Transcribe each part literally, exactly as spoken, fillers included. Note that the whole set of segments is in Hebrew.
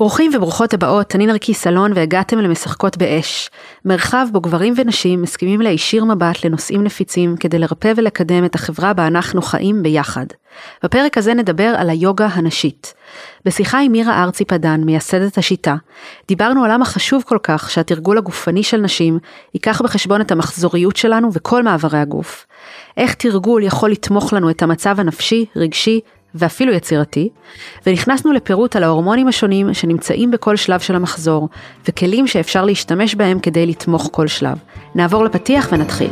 ברוכים וברוכות הבאות, אני נרקי סלון והגעתם למשחקות באש. מרחב בו גברים ונשים מסכימים להישיר מבט לנושאים נפיצים כדי לרפא ולקדם את החברה בה אנחנו חיים ביחד. בפרק הזה נדבר על היוגה הנשית. בשיחה עם מירה ארצי פדן, מייסדת השיטה, דיברנו על למה חשוב כל כך שהתרגול הגופני של נשים ייקח בחשבון את המחזוריות שלנו וכל מעברי הגוף. איך תרגול יכול לתמוך לנו את המצב הנפשי, רגשי, ואפילו יצירתי, ונכנסנו לפירוט על ההורמונים השונים שנמצאים בכל שלב של המחזור, וכלים שאפשר להשתמש בהם כדי לתמוך כל שלב. נעבור לפתיח ונתחיל.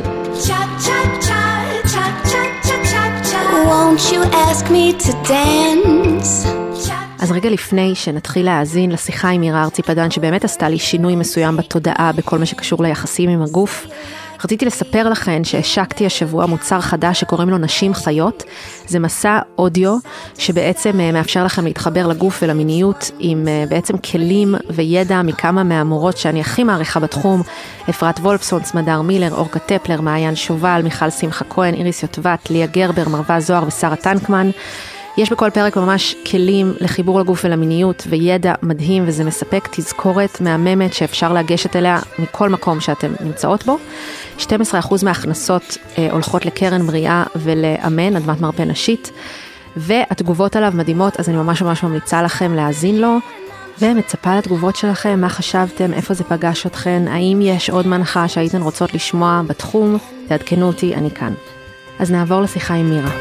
Won't you ask me to dance? אז רגע לפני שנתחיל להאזין לשיחה עם מירה ארצי פדן, שבאמת עשתה לי שינוי מסוים בתודעה בכל מה שקשור ליחסים עם הגוף, רציתי לספר לכן שהשקתי השבוע מוצר חדש שקוראים לו נשים חיות. זה מסע אודיו שבעצם מאפשר לכם להתחבר לגוף ולמיניות עם בעצם כלים וידע מכמה מהמורות שאני הכי מעריכה בתחום, אפרת וולפסון, סמדר מילר, אורקה טפלר, מעיין שובל, מיכל שמחה כהן, איריס יוטבת, ליה גרבר, מרווה זוהר ושרה טנקמן. יש בכל פרק ממש כלים לחיבור לגוף ולמיניות וידע מדהים, וזה מספק תזכורת מהממת שאפשר לגשת אליה מכל מקום שאתם נמצאות בו. שנים עשר אחוז מההכנסות אה, הולכות לקרן בריאה ולאמן, אדמת מרפא נשית, והתגובות עליו מדהימות, אז אני ממש ממש ממליצה לכם להאזין לו, ומצפה לתגובות שלכם, מה חשבתם, איפה זה פגש אתכן, האם יש עוד מנחה שהייתן רוצות לשמוע בתחום, תעדכנו אותי, אני כאן. אז נעבור לשיחה עם מירה.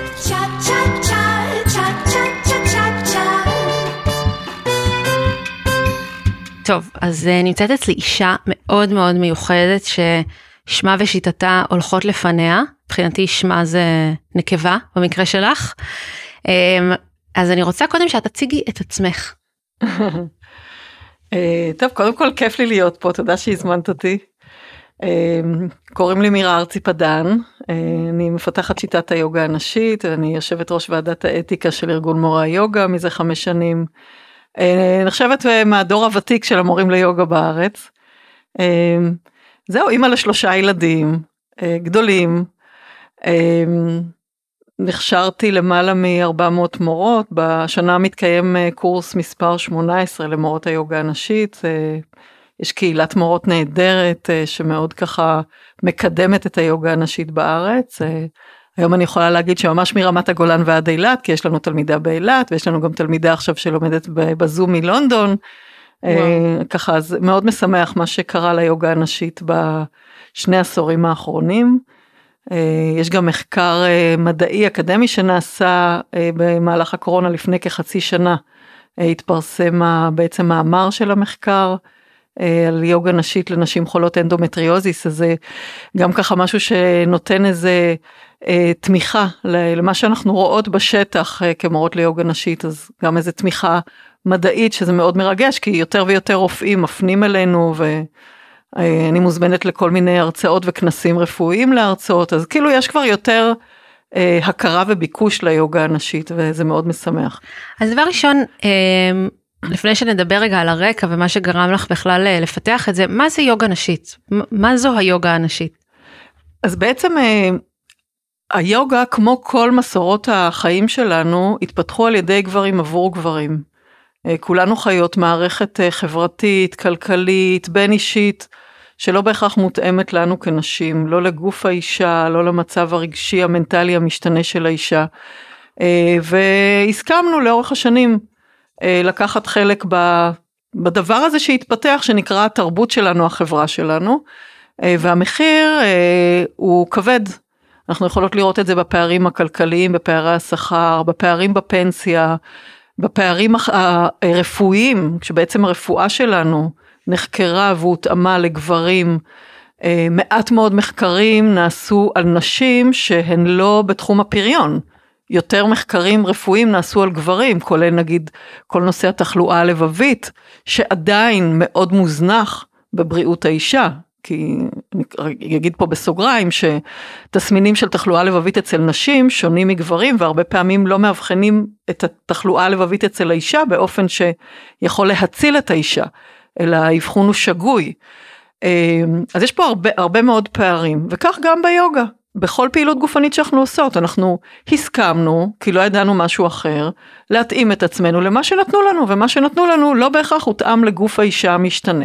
טוב, אז נמצאת אצלי אישה מאוד מאוד מיוחדת ששמה ושיטתה הולכות לפניה. מבחינתי שמה זה נקבה במקרה שלך. אז אני רוצה קודם שאת תציגי את עצמך. טוב, קודם כל כיף לי להיות פה, תודה שהזמנת אותי. קוראים לי מירה ארצי פדן, אני מפתחת שיטת היוגה הנשית, אני יושבת ראש ועדת האתיקה של ארגון מורי היוגה מזה חמש שנים. אני חושבת מהדור הוותיק של המורים ליוגה בארץ. זהו, אימא לשלושה ילדים גדולים. נכשרתי למעלה מ-ארבע מאות מורות, בשנה מתקיים קורס מספר שמונה עשרה למורות היוגה הנשית. יש קהילת מורות נהדרת שמאוד ככה מקדמת את היוגה הנשית בארץ. היום אני יכולה להגיד שממש מרמת הגולן ועד אילת, כי יש לנו תלמידה באילת, ויש לנו גם תלמידה עכשיו שלומדת בזום מלונדון. ככה, אז מאוד משמח מה שקרה ליוגה הנשית בשני עשורים האחרונים. יש גם מחקר מדעי אקדמי שנעשה במהלך הקורונה לפני כחצי שנה. התפרסם בעצם מאמר של המחקר, על יוגה נשית לנשים חולות אנדומטריוזיס, אז זה גם ככה משהו שנותן איזה אה, תמיכה למה שאנחנו רואות בשטח אה, כמורות ליוגה נשית, אז גם איזה תמיכה מדעית שזה מאוד מרגש, כי יותר ויותר רופאים מפנים אלינו, ואני אה, מוזמנת לכל מיני הרצאות וכנסים רפואיים להרצאות, אז כאילו יש כבר יותר אה, הכרה וביקוש ליוגה הנשית, וזה מאוד משמח. אז דבר ראשון, אה... לפני שנדבר רגע על הרקע ומה שגרם לך בכלל לפתח את זה, מה זה יוגה נשית? מה זו היוגה הנשית? אז בעצם היוגה, כמו כל מסורות החיים שלנו, התפתחו על ידי גברים עבור גברים. כולנו חיות מערכת חברתית, כלכלית, בין אישית, שלא בהכרח מותאמת לנו כנשים, לא לגוף האישה, לא למצב הרגשי, המנטלי המשתנה של האישה. והסכמנו לאורך השנים, לקחת חלק בדבר הזה שהתפתח, שנקרא התרבות שלנו, החברה שלנו, והמחיר הוא כבד. אנחנו יכולות לראות את זה בפערים הכלכליים, בפערי השכר, בפערים בפנסיה, בפערים הרפואיים, כשבעצם הרפואה שלנו נחקרה והותאמה לגברים. מעט מאוד מחקרים נעשו על נשים שהן לא בתחום הפריון. יותר מחקרים רפואיים נעשו על גברים, כולל נגיד כל נושא התחלואה הלבבית, שעדיין מאוד מוזנח בבריאות האישה, כי אני אגיד פה בסוגריים, שתסמינים של תחלואה לבבית אצל נשים שונים מגברים, והרבה פעמים לא מאבחנים את התחלואה הלבבית אצל האישה, באופן שיכול להציל את האישה, אלא האבחון הוא שגוי. אז יש פה הרבה, הרבה מאוד פערים, וכך גם ביוגה. בכל פעילות גופנית שאנחנו עושות, אנחנו הסכמנו, כי לא ידענו משהו אחר, להתאים את עצמנו למה שנתנו לנו, ומה שנתנו לנו לא בהכרח הותאם לגוף האישה המשתנה.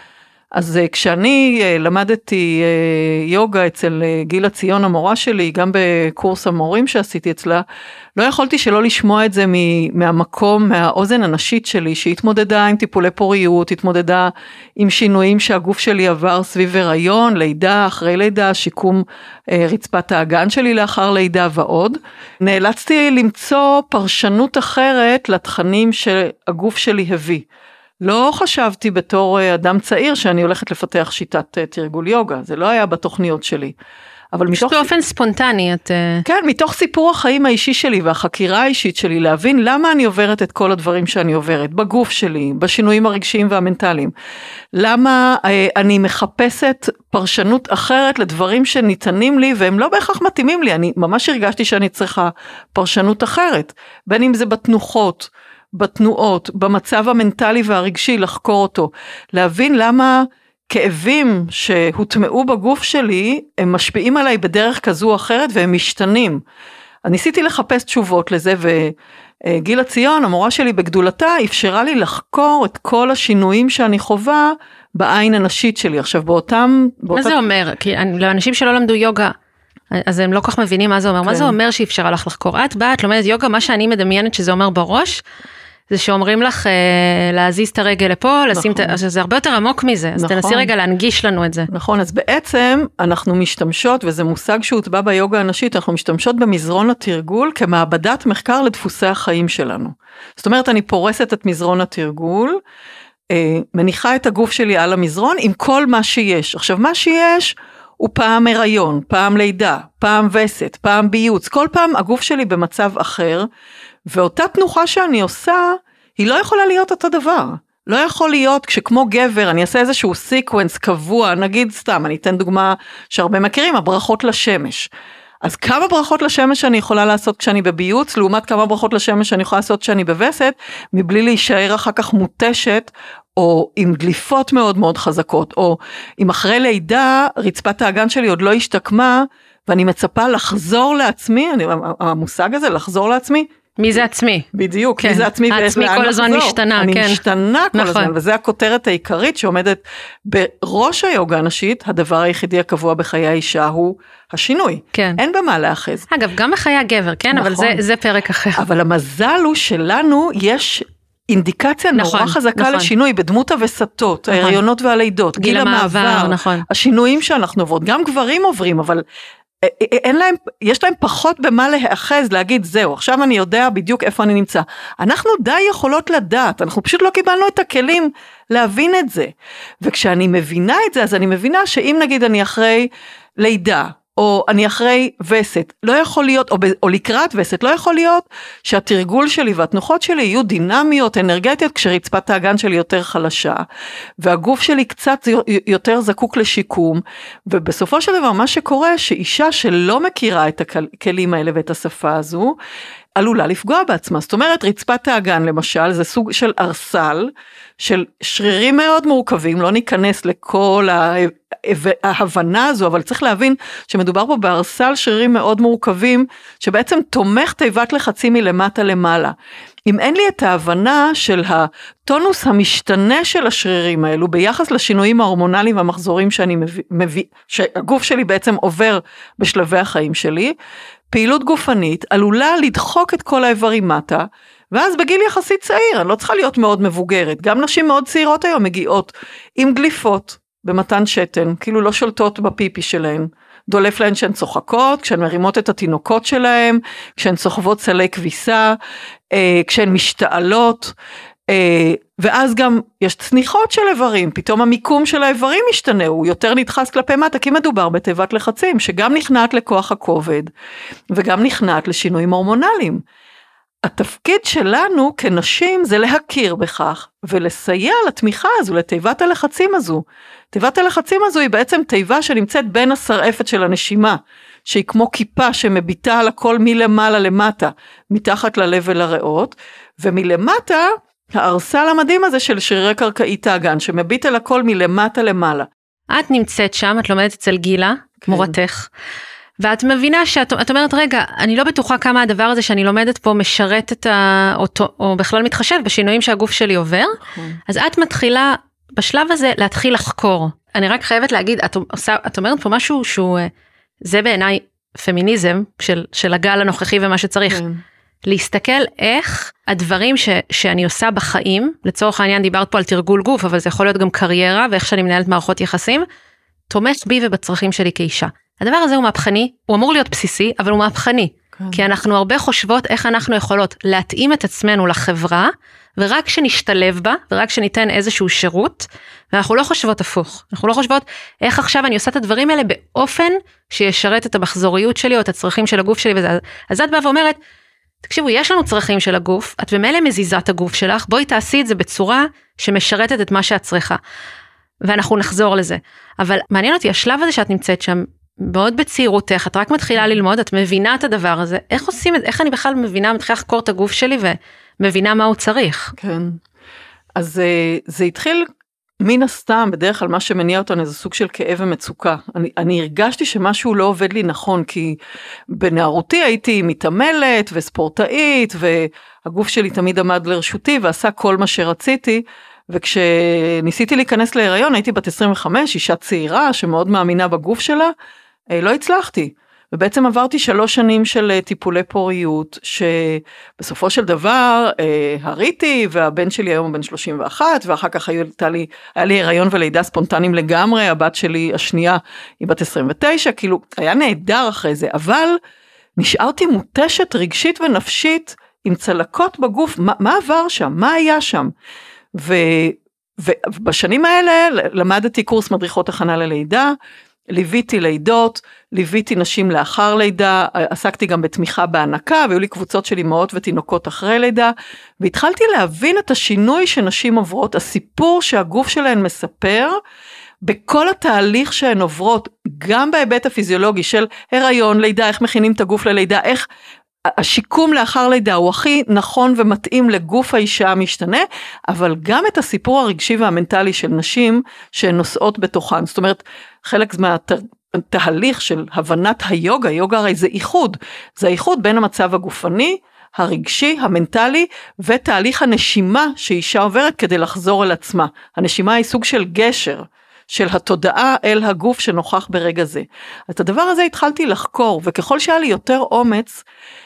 אז כשאני למדתי יוגה אצל גילה ציון המורה שלי, גם בקורס המורים שעשיתי אצלה, לא יכולתי שלא לשמוע את זה מהמקום, מהאוזן הנשית שלי, שהתמודדה עם טיפולי פוריות, התמודדה עם שינויים שהגוף שלי עבר סביב הריון, לידה, אחרי לידה, שיקום רצפת האגן שלי לאחר לידה ועוד. נאלצתי למצוא פרשנות אחרת לתכנים שהגוף שלי הביא. לא חשבתי בתור אדם צעיר שאני הולכת לפתח שיטת תרגול יוגה, זה לא היה בתוכניות שלי. אבל מתוך... באופן ספונטני את... כן, מתוך סיפור החיים האישי שלי והחקירה האישית שלי, להבין למה אני עוברת את כל הדברים שאני עוברת, בגוף שלי, בשינויים הרגשיים והמנטליים. למה אה, אני מחפשת פרשנות אחרת לדברים שניתנים לי, והם לא בהכרח מתאימים לי, אני ממש הרגשתי שאני צריכה פרשנות אחרת, בין אם זה בתנוחות, בתנועות, במצב המנטלי והרגשי, לחקור אותו, להבין למה כאבים שהוטמעו בגוף שלי, הם משפיעים עליי בדרך כזו או אחרת, והם משתנים. אני ניסיתי לחפש תשובות לזה, וגילה ציון, המורה שלי בגדולתה, אפשרה לי לחקור את כל השינויים שאני חווה, בעין הנשית שלי. עכשיו, באותם... מה באותה... זה אומר? כי לאנשים שלא למדו יוגה, אז הם לא כל כך מבינים מה זה אומר. כן. מה זה אומר שאפשרה לך לחקור? את באה, את לומדת יוגה, מה שאני מדמיינת שזה אומר בראש, זה שאומרים לך אה, להזיז את הרגל לפה, לשים נכון. את, אז זה הרבה יותר עמוק מזה, אז נכון. תנסי רגע להנגיש לנו את זה. נכון, אז בעצם אנחנו משתמשות, וזה מושג שהוטבע ביוגה הנשית, אנחנו משתמשות במזרון התרגול, כמעבדת מחקר לדפוסי החיים שלנו. זאת אומרת, אני פורסת את מזרון התרגול, אה, מניחה את הגוף שלי על המזרון, עם כל מה שיש. עכשיו, מה שיש, הוא פעם הריון, פעם לידה, פעם וסת, פעם ביוץ, כל פעם הגוף שלי במצב אחר, ואותה תנוחה שאני עושה, היא לא יכולה להיות אותו דבר. לא יכול להיות, כשכמו גבר, אני אעשה איזשהו סיקוונס קבוע, נגיד סתם, אני אתן דוגמה שהרבה מכירים, הברכות לשמש. אז כמה ברכות לשמש אני יכולה לעשות כשאני בביוץ, לעומת כמה ברכות לשמש אני יכולה לעשות כשאני בווסת, מבלי להישאר אחר כך מוטשת, או עם דליפות מאוד מאוד חזקות, או אם אחרי לידה, רצפת האגן שלי עוד לא השתקמה, ואני מצפה לחזור לעצמי, אני, המושג הזה, לחזור לעצמי, מי זה עצמי? בדיוק, כן. מי זה עצמי העצמי כל הזמן משתנה, אני כן. אני משתנה כל נכון. הזמן, וזה הכותרת העיקרית שעומדת בראש היוגה הנשית, הדבר היחידי הקבוע בחיי האישה הוא השינוי. כן. אין במה לאחז. אגב, גם בחיי הגבר, כן? נכון. אבל זה, זה פרק אחר. אבל המזל הוא שלנו יש אינדיקציה נכון, נורא חזקה נכון. לשינוי, בדמות הווסתות, נכון. ההריונות והלידות, גיל, גיל המעבר, המעבר נכון. השינויים שאנחנו עוברות, גם גברים עוברים, אבל... אין להם, יש להם פחות במה להאחז, להגיד זהו, עכשיו אני יודע בדיוק איפה אני נמצא. אנחנו די יכולות לדעת, אנחנו פשוט לא קיבלנו את הכלים להבין את זה. וכשאני מבינה את זה, אז אני מבינה שאם נגיד אני אחרי לידה, או אני אחרי וסת, לא יכול להיות, או, או לקראת וסת, לא יכול להיות שהתרגול שלי והתנוחות שלי יהיו דינמיות, אנרגטיות, כשרצפת האגן שלי יותר חלשה, והגוף שלי קצת יותר זקוק לשיקום, ובסופו של דבר מה שקורה, שאישה שלא מכירה את הכלים האלה ואת השפה הזו, עלולה לפגוע בעצמה. זאת אומרת, רצפת האגן למשל, זה סוג של ארסל, של שרירים מאוד מורכבים, לא ניכנס לכל ההבנה הזו, אבל צריך להבין שמדובר פה בארסל שרירים מאוד מורכבים, שבעצם תומך תיבת לחצים מלמטה למעלה. אם אין לי את ההבנה של הטונוס המשתנה של השרירים האלו, ביחס לשינויים ההורמונליים והמחזורים שאני מביא, מביא, שהגוף שלי בעצם עובר בשלבי החיים שלי, פעילות גופנית עלולה לדחוק את כל האיברים מטה, ואז בגיל יחסית צעיר, אני לא צריכה להיות מאוד מבוגרת, גם נשים מאוד צעירות היום מגיעות עם גליפות במתן שתן, כאילו לא שולטות בפיפי שלהן, דולף להן שהן צוחקות, כשהן מרימות את התינוקות שלהן, כשהן צוחבות סלי כביסה, כשהן משתעלות, ואז גם יש צניחות של איברים, פתאום המיקום של האיברים משתנה, הוא יותר נדחס כלפי מטה, כי מדובר בתיבת לחצים, שגם נכנעת לכוח הכובד, וגם נכנעת לשינויים הורמונליים. התפקיד שלנו כנשים זה להכיר בכך, ולסייע לתמיכה הזו, לתיבת הלחצים הזו. תיבת הלחצים הזו היא בעצם תיבה שנמצאת בין השרעפת של הנשימה, שהיא כמו כיפה שמביטה על הכל מלמעלה למטה, מתחת ללב ולריאות, ומלמטה הארסל המדהים הזה של שרירי קרקעית האגן, שמביט על הכל מלמטה למעלה. את נמצאת שם, את לומדת אצל גילה, כן. מורתך, ואת מבינה שאת את אומרת, רגע, אני לא בטוחה כמה הדבר הזה שאני לומדת פה משרת את ה... אותו, או בכלל מתחשב בשינויים שהגוף שלי עובר, אז את מתחילה בשלב הזה להתחיל לחקור. אני רק חייבת להגיד, את, עושה, את אומרת פה משהו שהוא, זה בעיניי פמיניזם של, של הגל הנוכחי ומה שצריך. להסתכל איך הדברים ש, שאני עושה בחיים, לצורך העניין דיברת פה על תרגול גוף, אבל זה יכול להיות גם קריירה, ואיך שאני מנהלת מערכות יחסים, תומך בי ובצרכים שלי כאישה. הדבר הזה הוא מהפכני, הוא אמור להיות בסיסי, אבל הוא מהפכני. כן. כי אנחנו הרבה חושבות איך אנחנו יכולות להתאים את עצמנו לחברה, ורק שנשתלב בה, ורק שניתן איזשהו שירות, ואנחנו לא חושבות הפוך. אנחנו לא חושבות איך עכשיו אני עושה את הדברים האלה באופן שישרת את המחזוריות שלי, או את הצרכים של הגוף שלי. וזה. אז את באה ואומרת, תקשיבו, יש לנו צרכים של הגוף, את במילא מזיזה את הגוף שלך, בואי תעשי את זה בצורה שמשרתת את מה שאת צריכה. ואנחנו נחזור לזה. אבל מעניין אותי, השלב הזה שאת נמצאת שם, מאוד בצעירותך, את רק מתחילה ללמוד, את מבינה את הדבר הזה, איך עושים את זה, איך אני בכלל מבינה, מתחילה לחקור את הגוף שלי, ומבינה מה הוא צריך. כן. אז זה, זה התחיל מן הסתם, בדרך כלל מה שמניע אותנו, זה סוג של כאב ומצוקה. אני, אני הרגשתי שמשהו לא עובד לי נכון, כי בנערותי הייתי מתעמלת וספורטאית, והגוף שלי תמיד עמד לרשותי, ועשה כל מה שרציתי, וכשניסיתי להיכנס להיריון, הייתי בת עשרים וחמש, אישה צעירה, שמאוד מאמינה בגוף שלה, לא הצלחתי. ובעצם עברתי שלוש שנים של טיפולי פוריות, שבסופו של דבר הריתי, והבן שלי היום הוא בן שלושים ואחת, ואחר כך היה לי, היה לי הריון ולידה ספונטניים לגמרי, הבת שלי השנייה היא בת עשרים ותשע, כאילו היה נהדר אחרי זה, אבל נשארתי מוטשת רגשית ונפשית, עם צלקות בגוף, מה, מה עבר שם? מה היה שם? ו, ובשנים האלה למדתי קורס מדריכות הכנה ללידה, ליוויתי לידות, ליוויתי נשים לאחר לידה, עסקתי גם בתמיכה בהנקה, והיו לי קבוצות של אמהות ותינוקות אחרי לידה, והתחלתי להבין את השינוי שנשים עוברות, הסיפור שהגוף שלהן מספר, בכל התהליך שהן עוברות, גם בהיבט הפיזיולוגי של הריון, לידה, איך מכינים את הגוף ללידה, איך השיקום לאחר לידה הוא הכי נכון ומתאים לגוף האישה המשתנה, אבל גם את הסיפור הרגשי והמנטלי של נשים שהן נושאות בתוכן. זאת אומרת, חלק מהתהליך של הבנת היוגה, יוגה הרי זה איחוד, זה איחוד בין המצב הגופני, הרגשי, המנטלי, ותהליך הנשימה שאישה עוברת כדי לחזור אל עצמה. הנשימה היא סוג של גשר, של התודעה אל הגוף שנוכח ברגע זה. את הדבר הזה התחלתי לחקור, וככל שהיה לי יותר אומץ,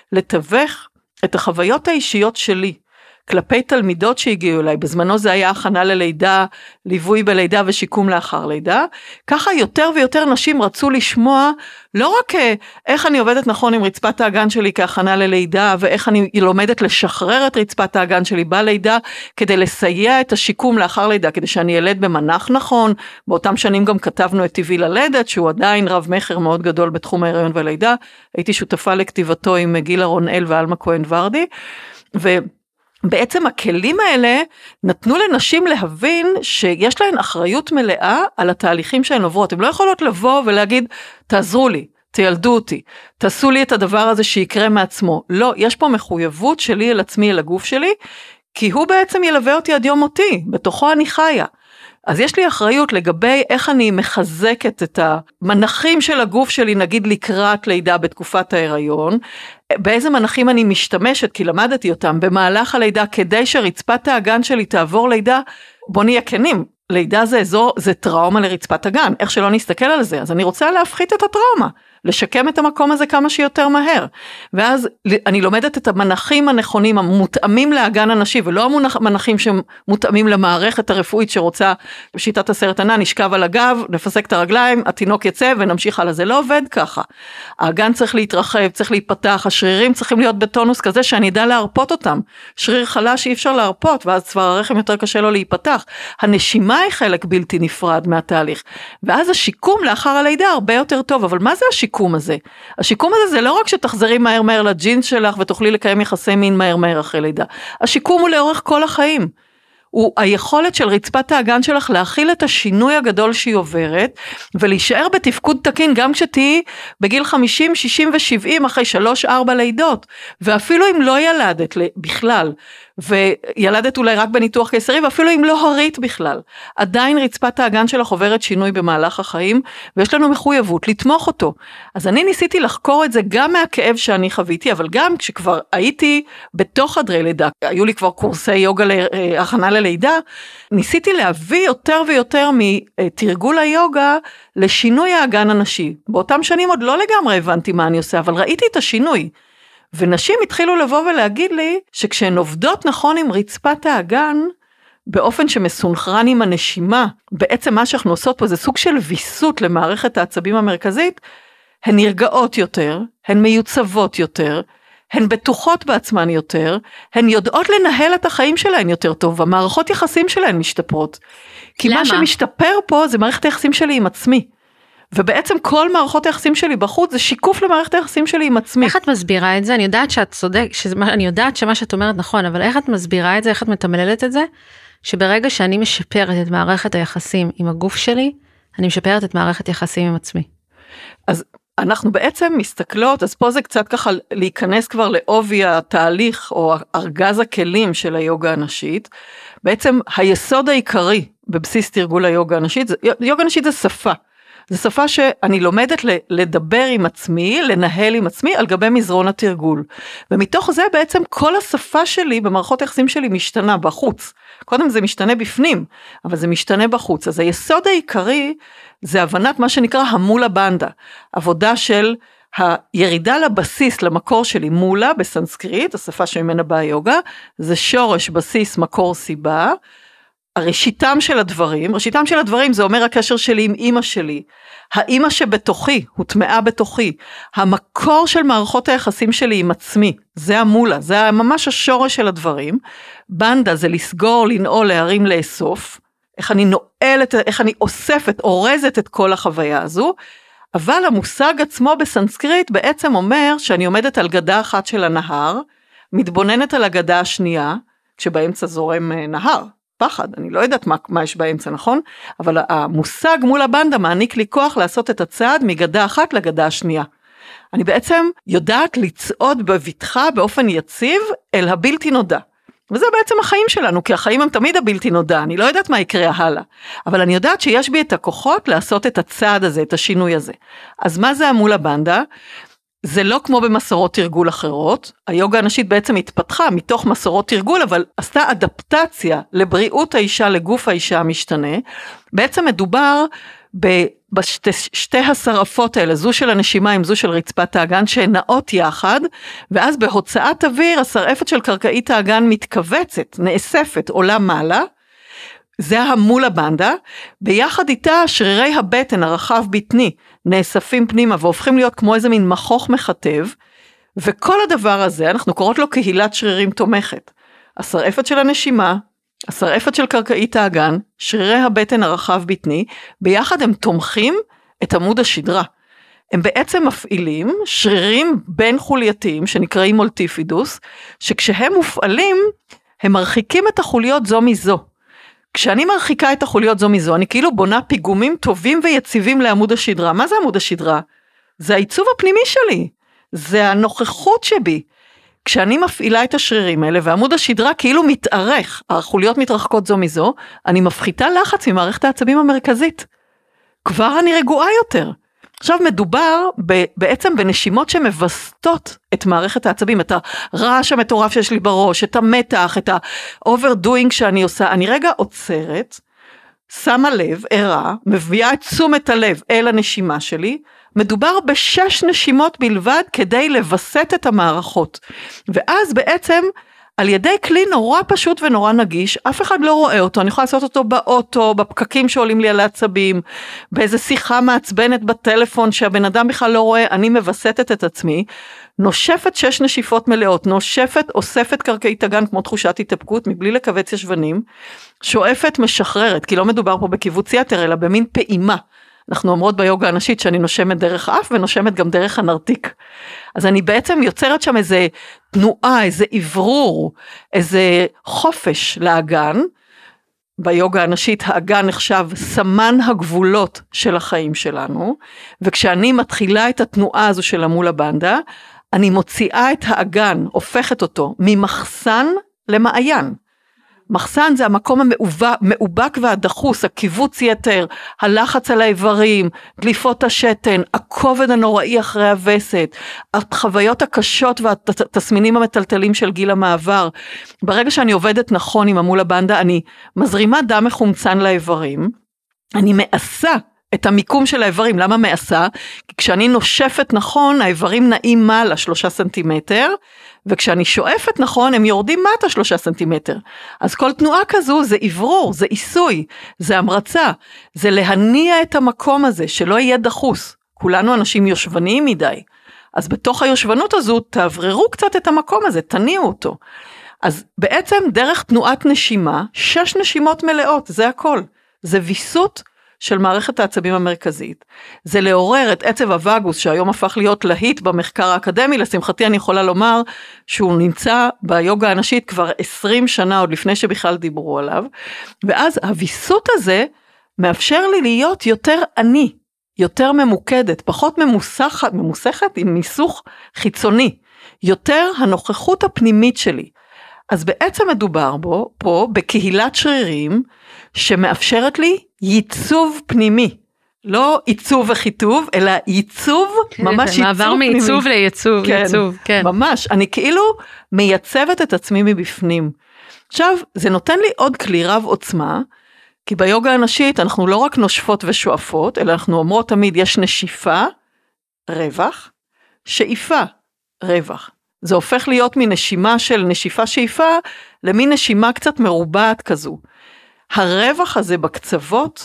לתווך את החוויות האישיות שלי, כלפי תלמידות שהגיעו אליי, בזמנו זה היה הכנה ללידה, ליווי בלידה ושיקום לאחר לידה, ככה יותר ויותר נשים רצו לשמוע, לא רק איך אני עובדת נכון עם רצפת האגן שלי כהכנה ללידה, ואיך אני לומדת לשחרר את רצפת האגן שלי בלידה, כדי לסייע את השיקום לאחר לידה, כדי שאני ילד במנח נכון, באותם שנים גם כתבנו את טבעי ללדת, שהוא עדיין רב מחר מאוד גדול בתחום ההיריון והלידה, הייתי שותפה לכתיבתו עם גילה רונאל ואלמה כהן ורדי, ו... בעצם הכלים האלה נתנו לנשים להבין שיש להן אחריות מלאה על התהליכים שהן עוברות. הן לא יכולות לבוא ולהגיד, תעזרו לי, תילדו אותי, תעשו לי את הדבר הזה שיקרה מעצמו. לא, יש פה מחויבות שלי אל עצמי, אל הגוף שלי, כי הוא בעצם ילווה אותי עד יום מותי, בתוכו אני חיה. אז יש לי אחריות לגבי איך אני מחזקת את המנחים של הגוף שלי, נגיד לקראת לידה בתקופת ההיריון, באיזה מנחים אני משתמשת, כי למדתי אותם במהלך הלידה, כדי שרצפת האגן שלי תעבור לידה, בוא נהיה כנים, לידה זה אזור, זה טראומה לרצפת הגן, איך שלא נסתכל על זה, אז אני רוצה להפחית את הטראומה, לשקם את המקום הזה כמה שיותר מהר, ואז אני לומדת את המנחים הנכונים, המותאמים לאגן הנשי, ולא המנחים שמותאמים למערכת הרפואית שרוצה, בשיטת הסרט ענן, נשכב על הגב, נפסק את הרגליים, התינוק יצא ונמשיך הלאה, זה לא עובד ככה, האגן צריך להתרחב, צריך להיפתח, השרירים צריכים להיות בטונוס כזה שאני אדע להרפות אותם, שריר חלש אי אפשר להרפות, ואז צוואר הרחם יותר קשה לו להיפתח, הנשימה היא חלק בלתי נפרד מהתהליך, ואז השיקום לאחר הלידה הרבה יותר טוב, אבל מה זה השיקום הזה? השיקום הזה זה לא רק שתחזרי מהר מהר לג'ינס שלך ותוכלי לקיים יחסי מין מהר מהר אחרי לידה. השיקום הוא לאורך כל החיים. הוא היכולת של רצפת האגן שלך להכיל את השינוי הגדול שהיא עוברת, ולהישאר בתפקוד תקין גם כשתהי בגיל חמישים, שישים ו-שבעים אחרי שלוש ארבע לידות, ואפילו אם לא ילדת בכלל, וילדת אולי רק בניתוח קיסרי, ואפילו אם לא הורית בכלל, עדיין רצפת האגן שלך עוברת שינוי במהלך החיים, ויש לנו מחויבות לתמוך אותו. אז אני ניסיתי לחקור את זה גם מהכאב שאני חוויתי, אבל גם כשכבר הייתי בתוך חדרי לידה, היו לי כבר קורסי יוגה להכנה ללידה, ניסיתי להביא יותר ויותר מתרגול היוגה לשינוי האגן הנשי. באותם שנים עוד לא לגמרי הבנתי מה אני עושה, אבל ראיתי את השינוי. ונשים התחילו לבוא ולהגיד לי, שכשהן עובדות נכון עם רצפת האגן, באופן שמסונכרן עם הנשימה, בעצם מה שאנחנו עושות פה זה סוג של ויסות למערכת העצבים המרכזית, הן נרגעות יותר, הן מיוצבות יותר, הן בטוחות בעצמן יותר, הן יודעות לנהל את החיים שלהן יותר טוב, המערכות יחסים שלהן משתפרות. כי למה? מה שמשתפר פה זה מערכת היחסים שלי עם עצמי. ובעצם כל מערכות היחסים שלי בחוץ, זה שיקוף למערכת היחסים שלי עם עצמי. איך את מסבירה את זה? אני יודעת שאת צודק, אני יודעת שמה שאת אומרת נכון, אבל איך את מסבירה את זה, איך את מתמללת את זה? שברגע שאני משפרת את מערכת היחסים עם הגוף שלי, אני משפרת את מערכת היחסים עם עצמי. אז אנחנו בעצם מסתכלות, אז פה זה קצת ככה להיכנס כבר לעובי התהליך, או ארגז הכלים של היוגה הנשית. בעצם היסוד העיקרי בבסיס תרגול היוגה הנשית, יוגה הנשית זה שפה. זו שפה שאני לומדת לדבר עם עצמי, לנהל עם עצמי על גבי מזרון התרגול. ומתוך זה בעצם כל השפה שלי במערכות היחסים שלי משתנה בחוץ. קודם זה משתנה בפנים, אבל זה משתנה בחוץ. אז היסוד העיקרי זה הבנת מה שנקרא המולה בנדה. עבודה של הירידה לבסיס, למקור שלי. מולה בסנסקריט, השפה שממנה באה יוגה, זה שורש בסיס מקור סיבה. הראשיתם של הדברים, ראשיתם של הדברים זה אומר הקשר שלי עם אמא שלי, האמא שבתוכי, הוטמעה בתוכי, המקור של מערכות היחסים שלי עם עצמי, זה המולה, זה ממש השורש של הדברים, בנדה זה לסגור, לנעול, להרים, לאסוף, איך אני נועלת, איך אני אוספת, אורזת את כל החוויה הזו, אבל המושג עצמו בסנסקריט בעצם אומר שאני עומדת על גדה אחת של הנהר, מתבוננת על הגדה השנייה, כשבאמצע זורם נהר, פחד, אני לא יודעת מה, מה יש באמצע, נכון? אבל המושג מול הבנדה מעניק לי כוח לעשות את הצעד מגדה אחת לגדה השנייה. אני בעצם יודעת לצעוד בבטחה באופן יציב אל הבלתי נודע. וזה בעצם החיים שלנו, כי החיים הם תמיד הבלתי נודע, אני לא יודעת מה יקרה הלאה. אבל אני יודעת שיש בי את הכוחות לעשות את הצעד הזה, את השינוי הזה. אז מה זה המול הבנדה? זה לא כמו במסורות תרגול אחרות, היוגה הנשית בעצם התפתחה מתוך מסורות תרגול, אבל עשתה אדפטציה לבריאות האישה, לגוף האישה המשתנה, בעצם מדובר בשתי השרפות האלה, זו של הנשימה עם זו של רצפת האגן, שנעות יחד, ואז בהוצאת אוויר, השרעפת של קרקעית האגן מתכווצת, נאספת, עולה מעלה, זה המולה בנדה, ביחד איתה שרירי הבטן הרחב בטני נאספים פנימה והופכים להיות כמו איזה מין מחוך מחטב, וכל הדבר הזה אנחנו קוראות לו קהילת שרירים תומכת. השרעפת של הנשימה, השרעפת של קרקעית האגן, שרירי הבטן הרחב בטני, ביחד הם תומכים את עמוד השדרה. הם בעצם מפעילים שרירים בין חולייתיים שנקראים מולטיפידוס, שכשהם מופעלים הם מרחיקים את החוליות זו מזו. כשאני מרחיקה את החוליות זו מזו, אני כאילו בונה פיגומים טובים ויציבים לעמוד השדרה. מה זה עמוד השדרה? זה העיצוב הפנימי שלי, זה הנוכחות שבי. כשאני מפעילה את השרירים האלה, ועמוד השדרה כאילו מתארך, החוליות מתרחקות זו מזו, אני מפחיתה לחץ ממערכת העצבים המרכזית. כבר אני רגועה יותר. עכשיו מדובר ב, בעצם בנשימות שמבסטות את מערכת העצבים, את הרעש המטורף שיש לי בראש, את המתח, את ה-overdoing שאני עושה. אני רגע עוצרת, שמה לב, ערה, מביאה את תשומת הלב אל הנשימה שלי, מדובר בשש נשימות בלבד כדי לבסט את המערכות. ואז בעצם על ידי כלי נורא פשוט ונורא נגיש, אף אחד לא רואה אותו, אני יכולה לעשות אותו באוטו, בפקקים שעולים לי על העצבים, באיזה שיחה מעצבנת בטלפון שהבן אדם בכלל לא רואה, אני מבסטת את עצמי, נושפת שש נשיפות מלאות, נושפת, אוספת קרקעית אגן כמו תחושת התאפקות, מבלי לקבץ ישבנים, שואפת משחררת, כי לא מדובר פה בקיבוץ יתר, אלא במין פעימה. אנחנו אומרות ביוגה הנשית שאני נושמת דרך אף ונושמת גם דרך הנרתיק. אז אני בעצם יוצרת שם איזה תנועה, איזה עברור, איזה חופש לאגן, ביוגה הנשית האגן נחשב סמן הגבולות של החיים שלנו, וכשאני מתחילה את התנועה הזו של המולה בנדה, אני מוציאה את האגן, הופכת אותו ממחסן למעיין. מחסן זה המקום המאובק והדחוס, הקיבוץ יתר, הלחץ על האיברים, דליפות השתן, הכובד הנוראי אחרי הווסת, החוויות הקשות והתסמינים המטלטלים של גיל המעבר. ברגע שאני עובדת נכון עם המולה בנדה, אני מזרימה דם מחומצן לאיברים, אני מעשה את המיקום של האיברים. למה מעשה? כי כשאני נושפת נכון, האיברים נעים מעלה שלושה סנטימטר, וכשאני שואפת נכון, הם יורדים מטה שלושה סנטימטר. אז כל תנועה כזו זה עברור, זה עיסוי, זה המרצה, זה להניע את המקום הזה, שלא יהיה דחוס. כולנו אנשים יושבניים מדי. אז בתוך היושבנות הזו, תעבררו קצת את המקום הזה, תניעו אותו. אז בעצם דרך תנועת נשימה, שש נשימות מלאות, זה הכל. זה ויסות של מערכת העצבים המרכזית. זה לעורר את עצב הווגוס, שהיום הפך להיות להיט במחקר האקדמי. לשמחתי אני יכולה לומר שהוא נמצא ביוגה הנשית כבר עשרים שנה, עוד לפני שבכלל דיברו עליו. ואז הוויסות הזה מאפשר לי להיות יותר עני, יותר ממוקדת, פחות ממוסכת, ממוסכת עם מיסוך חיצוני, יותר הנוכחות הפנימית שלי. אז בעצם מדובר בו, פה, בקהילת שרירים, שמאפשרת לי ייצוב פנימי. לא עיצוב וחיטוב, אלא ייצוב, ממש ייצוב פנימי. מעבר מעיצוב לייצוב, כן, ייצוב, כן. ממש, אני כאילו מייצבת את עצמי מבפנים. עכשיו, זה נותן לי עוד כלי רב עוצמה, כי ביוגה הנשית אנחנו לא רק נושפות ושואפות, אלא אנחנו אומרות תמיד, יש נשיפה, רווח, שאיפה, רווח. זה הופך להיות מנשימה של נשיפה שאיפה, למין נשימה קצת מרובעת כזו. הרווח הזה בקצוות,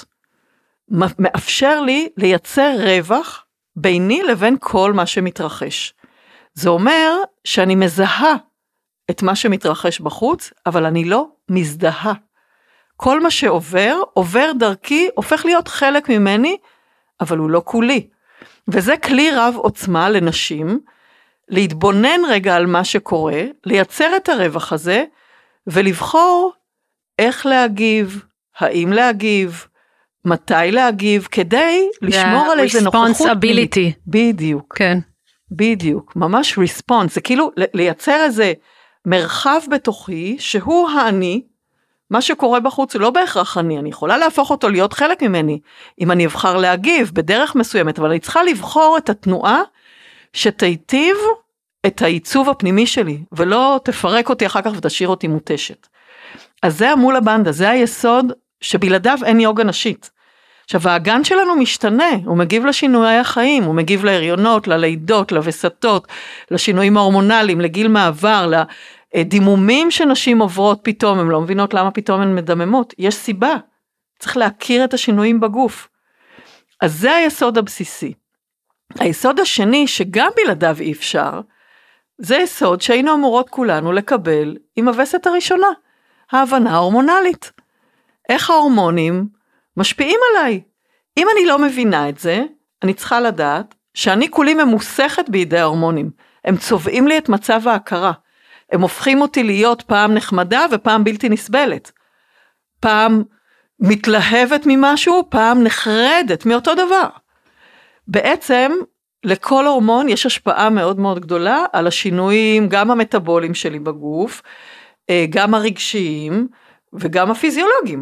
מאפשר לי לייצר רווח, ביני לבין כל מה שמתרחש. זה אומר, שאני מזהה את מה שמתרחש בחוץ, אבל אני לא מזדהה. כל מה שעובר, עובר דרכי, הופך להיות חלק ממני, אבל הוא לא כולי. וזה כלי רב עוצמה לנשים, להתבונן רגע על מה שקורה, לייצר את הרווח הזה, ולבחור איך להגיב, האם להגיב, מתי להגיב, כדי לשמור על איזה נוכחות. responsibility. בדיוק. כן. בדיוק, ממש response, זה כאילו לייצר איזה מרחב בתוכי, שהוא האני, מה שקורה בחוץ הוא לא בהכרח אני, אני יכולה להפוך אותו להיות חלק ממני, אם אני אבחר להגיב בדרך מסוימת, אבל אני צריכה לבחור את התנועה, שתיטיב את העיצוב הפנימי שלי, ולא תפרק אותי אחר כך ותשאיר אותי מוטשת. אז זה המולה בנדה, זה היסוד שבלעדיו אין יוגה נשית. עכשיו האגן שלנו משתנה, הוא מגיב לשינויי החיים, הוא מגיב להריונות, ללידות, לווסתות, לשינויים ההורמונליים, לגיל מעבר, לדימומים שנשים עוברות פתאום, הן לא מבינות למה פתאום הן מדממות, יש סיבה, צריך להכיר את השינויים בגוף. אז זה היסוד הבסיסי. היסוד השני שגם בלעדיו אי אפשר, זה יסוד שהיינו אמורות כולנו לקבל עם הווסת הראשונה, ההבנה ההורמונלית. איך ההורמונים משפיעים עליי? אם אני לא מבינה את זה, אני צריכה לדעת שאני כולי ממוסכת בידי ההורמונים. הם צובעים לי את מצב ההכרה. הם הופכים אותי להיות פעם נחמדה ופעם בלתי נסבלת. פעם מתלהבת ממשהו, פעם נחרדת מאותו דבר. בעצם לכל הורמון יש השפעה מאוד מאוד גדולה על השינויים, גם המטאבוליים שלי בגוף, גם הרגשיים וגם הפיזיולוגיים.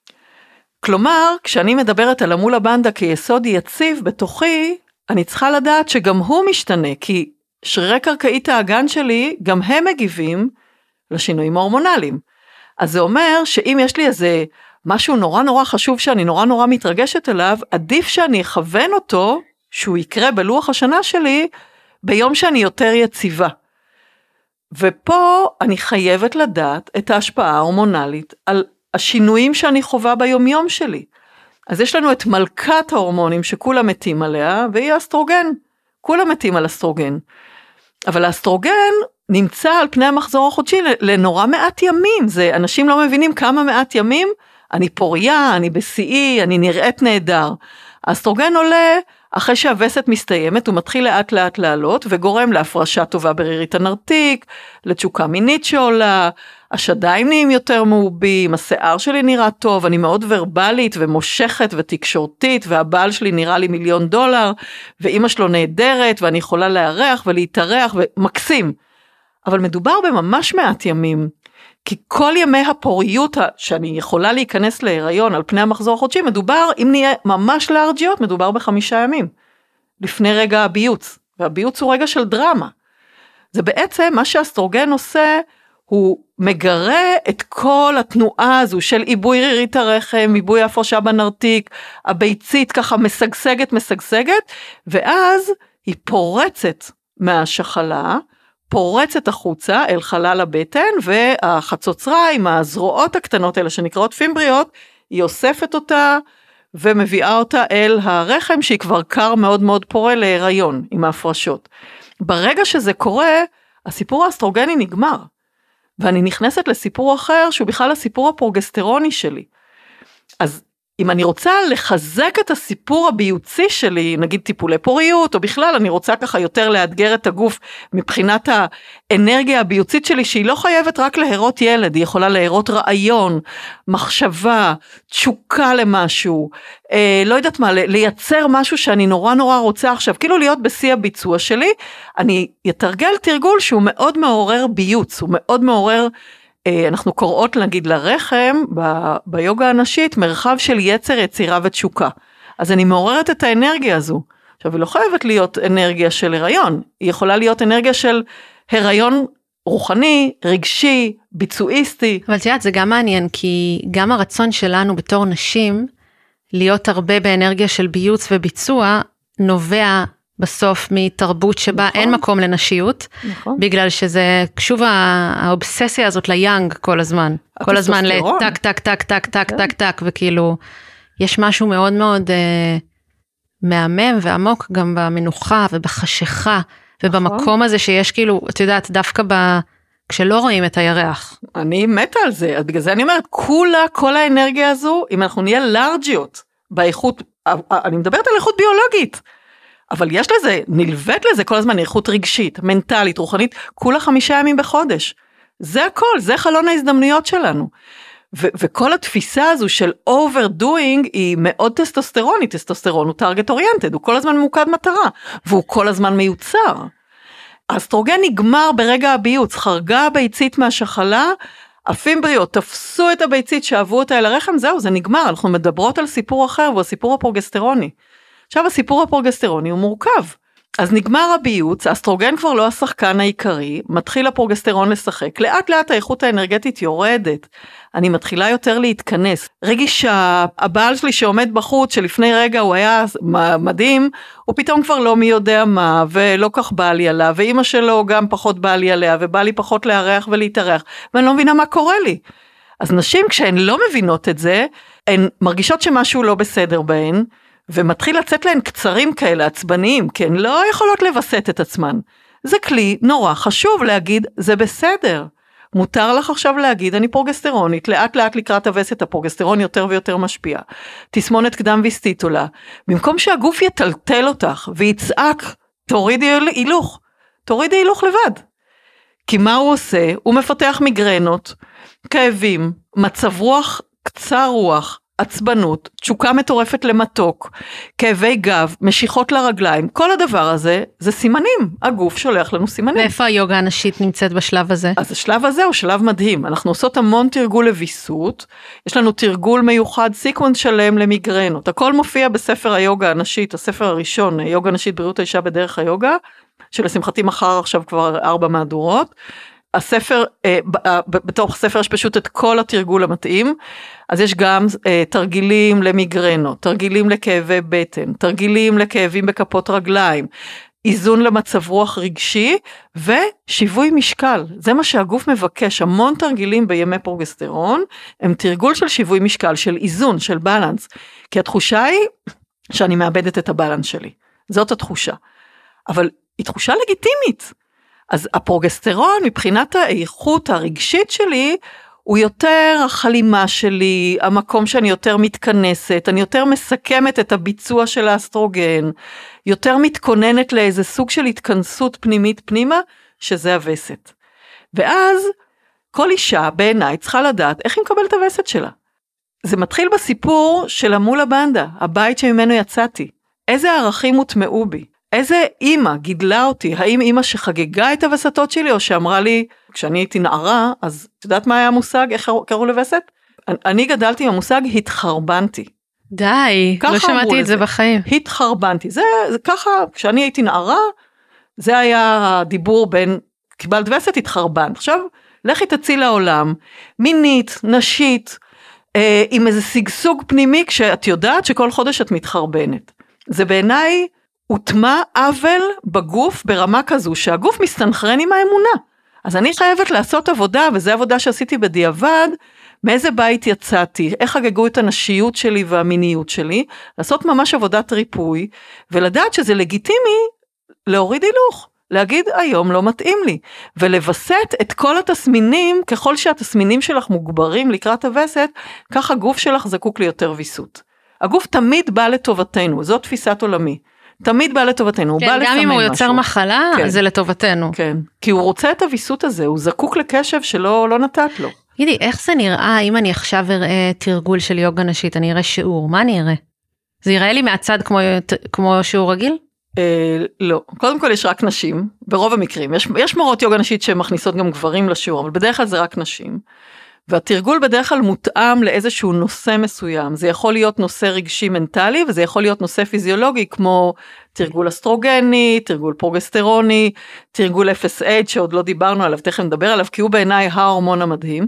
כלומר, כשאני מדברת על המולה בנדה כיסוד יציב בתוכי, אני צריכה לדעת שגם הוא משתנה, כי שרירי קרקעית האגן שלי, גם הם מגיבים לשינויים ההורמונליים. אז זה אומר שאם יש לי איזה משהו נורא נורא חשוב שאני נורא נורא מתרגשת אליו, עדיף שאני אכוון אותו, שהוא יקרה בלוח השנה שלי, ביום שאני יותר יציבה. ופה אני חייבת לדעת את ההשפעה ההורמונלית על השינויים שאני חווה ביומיום שלי. אז יש לנו את מלכת ההורמונים שכולם מתים עליה, והיא אסטרוגן. כולם מתים על אסטרוגן. אבל האסטרוגן נמצא על פני המחזור החודשי לנורא מעט ימים. זה, אנשים לא מבינים כמה מעט ימים, אני פוריה, אני בשיאי, אני נראית נהדר. האסטרוגן עולה אחרי שהווסת מסתיימת, הוא מתחיל לאט לאט לעלות, וגורם להפרשה טובה ברירית הנרתיק, לתשוקה מינית שעולה, השדיים נהיים יותר מעובים, השיער שלי נראה טוב, אני מאוד ורבלית ומושכת ותקשורתית, והבעל שלי נראה לי מיליון דולר, ואמא שלו נהדרת, ואני יכולה להיערך ולהתארח, ומקסים. אבל מדובר בממש מעט ימים, כי כל ימי הפוריות שאני יכולה להיכנס להיריון על פני המחזור החודשי, מדובר, אם נהיה ממש לארג'יות, מדובר בחמישה ימים, לפני רגע הביוץ, והביוץ הוא רגע של דרמה. זה בעצם מה שהאסטרוגן עושה, הוא מגרה את כל התנועה הזו של עיבוי רירית הרחם, עיבוי ההפרשה בנרתיק, הביצית ככה משגשגת משגשגת, ואז היא פורצת מהשחלה, פורצת החוצה אל חלל הבטן, והחצוצרה עם הזרועות הקטנות האלה שנקראות פימבריות, היא אוספת אותה ומביאה אותה אל הרחם שהיא כבר קר מאוד מאוד פורה להיריון עם ההפרשות. ברגע שזה קורה, הסיפור האסטרוגני נגמר. ואני נכנסת לסיפור אחר, שהוא בכלל הסיפור הפרוגסטרוני שלי. אז אם אני רוצה לחזק את הסיפור הביוצי שלי, נגיד טיפולי פוריות, או בכלל אני רוצה ככה יותר לאתגר את הגוף, מבחינת האנרגיה הביוצית שלי, שהיא לא חייבת רק להירות ילד, היא יכולה להירות רעיון, מחשבה, תשוקה למשהו, אה, לא יודעת מה, לייצר משהו שאני נורא נורא רוצה עכשיו, כאילו להיות בשיא הביצוע שלי, אני יתרגל תרגול שהוא מאוד מעורר ביוץ, הוא מאוד מעורר, אנחנו קוראות נגיד לרחם ב- ביוגה הנשית מרחב של יצר, יצירה ותשוקה. אז אני מעוררת את האנרגיה הזו. עכשיו היא לא חייבת להיות אנרגיה של הריון, היא יכולה להיות אנרגיה של הריון רוחני, רגשי, ביצועיסטי. אבל תראה, זה גם מעניין, כי גם הרצון שלנו בתור נשים, להיות הרבה באנרגיה של ביוץ וביצוע, נובע בסוף מתרבות שבה נכון. אין מקום לנשיות, נכון. בגלל שזה, שוב האובססיה הזאת ליאנג כל הזמן, כל הזמן לטק, טק, טק, טק, טק, טק, טק, וכאילו, יש משהו מאוד מאוד אה, מהמם ועמוק גם במנוחה ובחשיכה, נכון. ובמקום הזה שיש כאילו, את יודעת, דווקא ב... כשלא רואים את הירח. אני מתה על זה, בגלל זה אני אומרת, כולה, כל האנרגיה הזו, אם אנחנו נהיה לארג'יות, באיכות, אני מדברת על איכות ביולוגית, אבל יש לזה, נלווית לזה כל הזמן איכות רגשית, מנטלית, רוחנית, כולה חמישה ימים בחודש. זה הכל, זה חלון ההזדמנויות שלנו. ו- וכל התפיסה הזו של overdoing היא מאוד טסטוסטרונית, טסטוסטרון הוא target oriented, הוא כל הזמן ממוקד מטרה, והוא כל הזמן מיוצר. האסטרוגן נגמר ברגע הביוץ, חרגה הביצית מהשחלה, הפימבריות תפסו את הביצית, שאהבו אותה אל הרחם, זהו, זה נגמר, אנחנו מדברות על סיפור אחר, והוא הסיפור הפרוגסטרוני. עכשיו הסיפור הפרוגסטרוני הוא מורכב, אז נגמר הביוץ, האסטרוגן כבר לא השחקן העיקרי, מתחיל הפרוגסטרון לשחק, לאט לאט האיכות האנרגטית יורדת, אני מתחילה יותר להתכנס, רגישה, הבעל שלי שעומד בחוץ, שלפני רגע הוא היה מדהים, הוא פתאום כבר לא מי יודע מה, ולא כך בא לי עליו, ואמא שלו גם פחות בא לי עליה, ובא לי פחות להרח ולהתארח, ואני לא מבינה מה קורה לי. אז נשים כשהן לא מבינות את זה, הן מרגישות שמשהו לא בסדר בהן, ומתחיל לצאת להן קצרים כאלה עצבניים, כי הן לא יכולות לבסט את עצמן. זה כלי נורא חשוב להגיד, זה בסדר. מותר לך עכשיו להגיד, אני פרוגסטרונית, לאט לאט לקראת הווסת, הפרוגסטרון יותר ויותר משפיע. תסמונת קדם ויסטיטולה. במקום שהגוף יטלטל אותך, ויצעק, תורידי הילוך. תורידי הילוך לבד. כי מה הוא עושה? הוא מפתח מיגרנות, כאבים, מצב רוח, קצר רוח, עצבנות, תשוקה מטורפת למתוק, כאבי גב, משיכות לרגליים, כל הדבר הזה, זה סימנים, הגוף שולח לנו סימנים. ואיפה היוגה הנשית נמצאת בשלב הזה? אז השלב הזה הוא שלב מדהים, אנחנו עושות המון תרגול לביסות, יש לנו תרגול מיוחד, סיקוונס שלם למיגרנות, הכל מופיע בספר היוגה הנשית, הספר הראשון, יוגה נשית בריאות האישה בדרך היוגה, שלשמחתי מחר עכשיו כבר ארבע מהדורות, הספר, בתוך הספר יש פשוט את כל התרגול המתאים, אז יש גם תרגילים למיגרנות, תרגילים לכאבי בטן, תרגילים לכאבים בכפות רגליים, איזון למצב רוח רגשי, ושיווי משקל, זה מה שהגוף מבקש, המון תרגילים בימי פרוגסטרון, הם תרגול של שיווי משקל, של איזון, של בלנס, כי התחושה היא שאני מאבדת את הבלנס שלי, זאת התחושה, אבל היא תחושה לגיטימית, אז הפרוגסטרון מבחינת האיכות הרגשית שלי, הוא יותר החלימה שלי, המקום שאני יותר מתכנסת, אני יותר מסכמת את הביצוע של האסטרוגן, יותר מתכוננת לאיזה סוג של התכנסות פנימית פנימה, שזה הווסת. ואז כל אישה בעיניי צריכה לדעת איך היא מקבלת את הווסת שלה. זה מתחיל בסיפור של המולה בנדה, הבית שממנו יצאתי. איזה ערכים הוטמעו בי? איזה אימא גידלה אותי? האם אימא שחגגה את הווסתות שלי, או שאמרה לי, כשאני הייתי נערה, אז את יודעת מה היה המושג? איך קראו לווסת? אני גדלתי עם המושג התחרבנתי. די, לא שמעתי את זה בחיים. התחרבנתי. זה, זה ככה, כשאני הייתי נערה, זה היה הדיבור בין, קיבלת וסת, התחרבנת. עכשיו, לכי תציל לעולם, מינית, נשית, אה, עם איזה סגסוג פנימי, כשאת יודעת שכל חודש את מתחרבנת. זה בעיניי, הוטמע עוול בגוף ברמה כזו, שהגוף מסתנכרן עם האמונה. אז אני חייבת לעשות עבודה, וזו עבודה שעשיתי בדיעבד, מאיזה בית יצאתי, איך חגגו את הנשיות שלי והמיניות שלי, לעשות ממש עבודת ריפוי, ולדעת שזה לגיטימי להוריד הילוך, להגיד היום לא מתאים לי, ולבסט את כל התסמינים, ככל שהתסמינים שלך מוגברים לקראת הווסת, כך הגוף שלך זקוק ליותר ויסות. הגוף תמיד בא לטובתנו, זאת תפיסת עולמי. תמיד בא לטובתנו, כן, הוא בא לסמן משהו. גם אם הוא יוצר מחלה, כן. זה לטובתנו. כן, כי הוא רוצה את הוויסות הזה, הוא זקוק לקשב שלא לא נתת לו. תגידי, איך זה נראה, אם אני עכשיו אראה תרגול של יוגה נשית, אני אראה שיעור, מה אני אראה? זה יראה לי מהצד כמו, כמו שיעור רגיל? אה, לא, קודם כל יש רק נשים, ברוב המקרים, יש, יש מורות יוגה נשית שמכניסות גם גברים לשיעור, אבל בדרך כלל זה רק נשים. והתרגול בדרך כלל מותאם לאיזשהו נושא מסוים, זה יכול להיות נושא רגשי מנטלי, וזה יכול להיות נושא פיזיולוגי, כמו תרגול אסטרוגני, תרגול פרוגסטרוני, תרגול אף אס אייץ' שעוד לא דיברנו עליו, תכף נדבר עליו, כי הוא בעיניי ההורמון המדהים.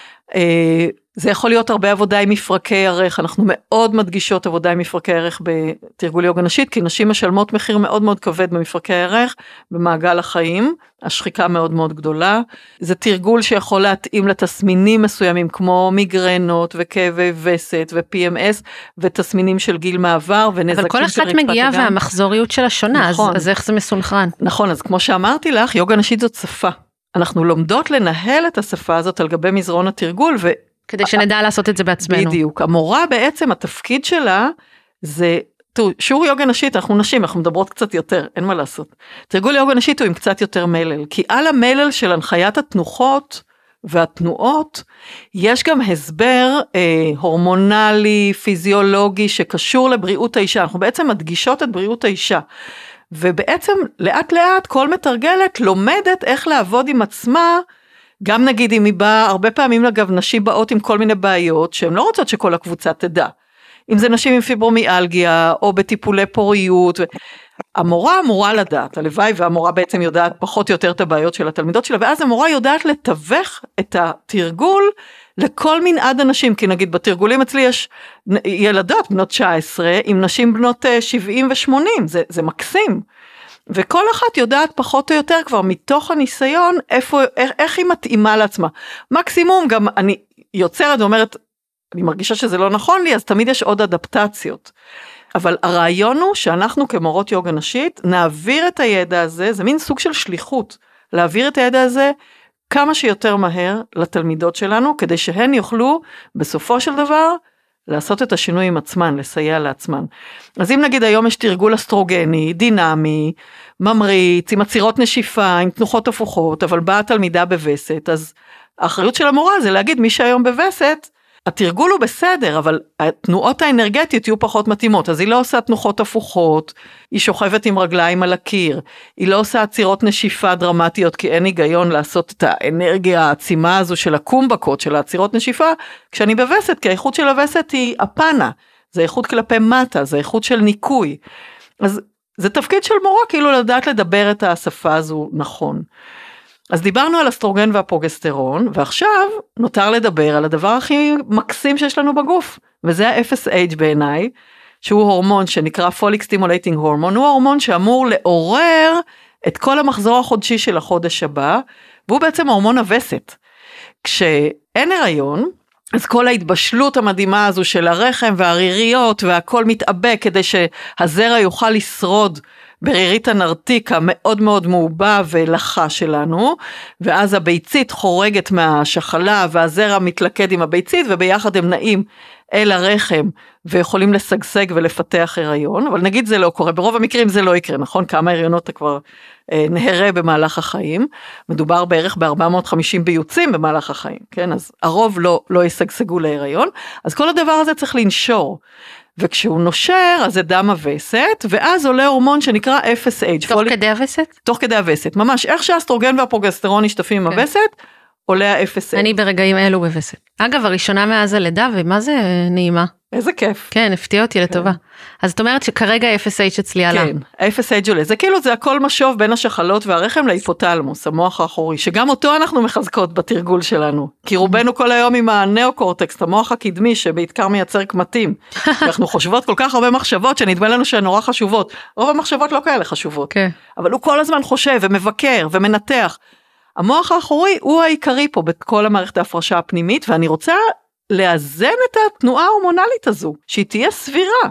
זה יכול להיות הרבה עבודה עם מפרקי ערך, אנחנו מאוד מדגישות עבודה עם מפרקי ערך בתרגול יוגה נשית, כי נשים משלמות מחיר מאוד מאוד כבד במפרקי ערך, במעגל החיים, השחיקה מאוד מאוד גדולה, זה תרגול שיכול להתאים לתסמינים מסוימים, כמו מיגרנות וכאבי וסת ו-פי אם אס, ותסמינים של גיל מעבר ונזקים של רצפת אגם. אבל כל אחת מגיעה והמחזוריות של השונה, נכון. אז, אז איך זה מסונכרן? נכון, אז כמו שאמרתי לך, יוגה נשית זאת שפה. אנחנו לומדות לנהל את השפה הזאת על גבי מזרון התרגול, ו... כדי שנדע לעשות את זה בעצמנו. בדיוק. המורה בעצם, התפקיד שלה, זה, תראו, שיעור יוגה נשית, אנחנו נשים, אנחנו מדברות קצת יותר, אין מה לעשות. תרגול יוגה נשית הוא עם קצת יותר מלל, כי על המלל של הנחיית התנוחות, והתנועות, יש גם הסבר אה, הורמונלי, פיזיולוגי, שקשור לבריאות האישה, אנחנו בעצם מדגישות את בריאות האישה, ובעצם לאט לאט כל מתרגלת לומדת איך לעבוד עם עצמה, גם נגיד אם היא באה, הרבה פעמים אגב נשים באות עם כל מיני בעיות, שהן לא רוצות שכל הקבוצה תדע, אם זה נשים עם פיברומיאלגיה, או בטיפולי פוריות, המורה אמורה לדעת, הלוואי והמורה בעצם יודעת פחות או יותר את הבעיות של התלמידות שלה, ואז המורה יודעת לתווך את התרגול, לכל מנעד אנשים, כי נגיד בתרגולים אצלי יש ילדות בנות תשע עשרה, עם נשים בנות שבעים ושמונים, זה, זה מקסים, וכל אחת יודעת פחות או יותר כבר מתוך הניסיון, איפה, איך, איך היא מתאימה לעצמה, מקסימום גם אני יוצרת ואומרת, אני מרגישה שזה לא נכון לי, אז תמיד יש עוד אדפטציות, אבל הרעיון הוא שאנחנו כמורות יוגה נשית, נעביר את הידע הזה, זה מין סוג של שליחות, להעביר את הידע הזה, כמה שיותר מהר לתלמידות שלנו, כדי שהן יוכלו בסופו של דבר, לעשות את השינוי עם עצמן, לסייע לעצמן. אז אם נגיד היום יש תרגול אסטרוגני, דינמי, ממריץ, עם עצירות נשיפה, עם תנוחות הפוכות, אבל באה תלמידה בווסת, אז האחריות של המורה זה להגיד מי שהיום בווסת, התרגול הוא בסדר, אבל התנועות האנרגטיות יהיו פחות מתאימות, אז היא לא עושה תנוחות הפוכות, היא שוכבת עם רגליים על הקיר, היא לא עושה עצירות נשיפה דרמטיות, כי אין היגיון לעשות את האנרגיה העצימה הזו של הקומבקות, של העצירות נשיפה, כשאני בווסת, כי האיכות של הווסת היא הפנה, זה איכות כלפי מטה, זה איכות של ניקוי, אז זה תפקיד של מורה, כאילו לדעת לדבר את השפה הזו נכון. אז דיברנו על אסטרוגן והפרוגסטרון, ועכשיו נותר לדבר על הדבר הכי מקסים שיש לנו בגוף, וזה ה-אף אס אייץ' בעיניי, שהוא הורמון שנקרא Follic Stimulating Hormone, הוא הורמון שאמור לעורר את כל המחזור החודשי של החודש הבא, והוא בעצם הורמון הווסת. כשאין הריון, אז כל ההתבשלות המדהימה הזו של הרחם והריריות, והכל מתאבק כדי שהזרע יוכל לשרוד, ברירית הנרתיק המאוד מאוד מעובה ולחה שלנו, ואז הביצית חורגת מהשחלה, והזרע מתלכד עם הביצית, וביחד הם נעים אל הרחם, ויכולים לשגשג ולפתח הריון, אבל נגיד זה לא קורה, ברוב המקרים זה לא יקרה, נכון? כמה הריונות אתה כבר אה, נהרה במהלך החיים, מדובר בערך ב-ארבע מאות וחמישים ביוצים במהלך החיים, כן? אז הרוב לא, לא ישגשגו להיריון, אז כל הדבר הזה צריך לנשור, וכשהוא נושר, אז זה דם הווסת, ואז עולה הורמון שנקרא אף אס אייץ'. תוך כדי הווסת? תוך כדי הווסת, ממש, איך שהאסטרוגן והפרוגסטרון נשטפים עם הווסת, עולה ה-אף אס אייץ'. אני ברגעים אלו בווסת. אגב, הראשונה מאז הלידה, ומה זה נעימה? איזה כיף. כן, הפתיע אותי לטובה. אז את אומרת שכרגע ה-אף אס אייץ' אצלי עלה. כן, ה-אף אס אייץ' עולה. זה כאילו, זה הכל משוב בין השחלות והרחם להיפותלמוס, המוח האחורי, שגם אותו אנחנו מחזקות בתרגול שלנו. כי רובנו כל היום עם הנאו-קורטקס, המוח הקדמי שבעיקר מייצר קמטים. אנחנו חושבות כל כך הרבה מחשבות שנדמה לנו שהן נורא חשובות. רוב המחשבות לא כאלה חשובות. אבל הוא כל הזמן חושב ומבקר ומנתח. המוח האחורי הוא העיקרי פה בכל המערכת ההפרשה הפנימית, ואני רוצה לאזן את התנועה ההורמונלית הזו, שהיא תהיה סבירה.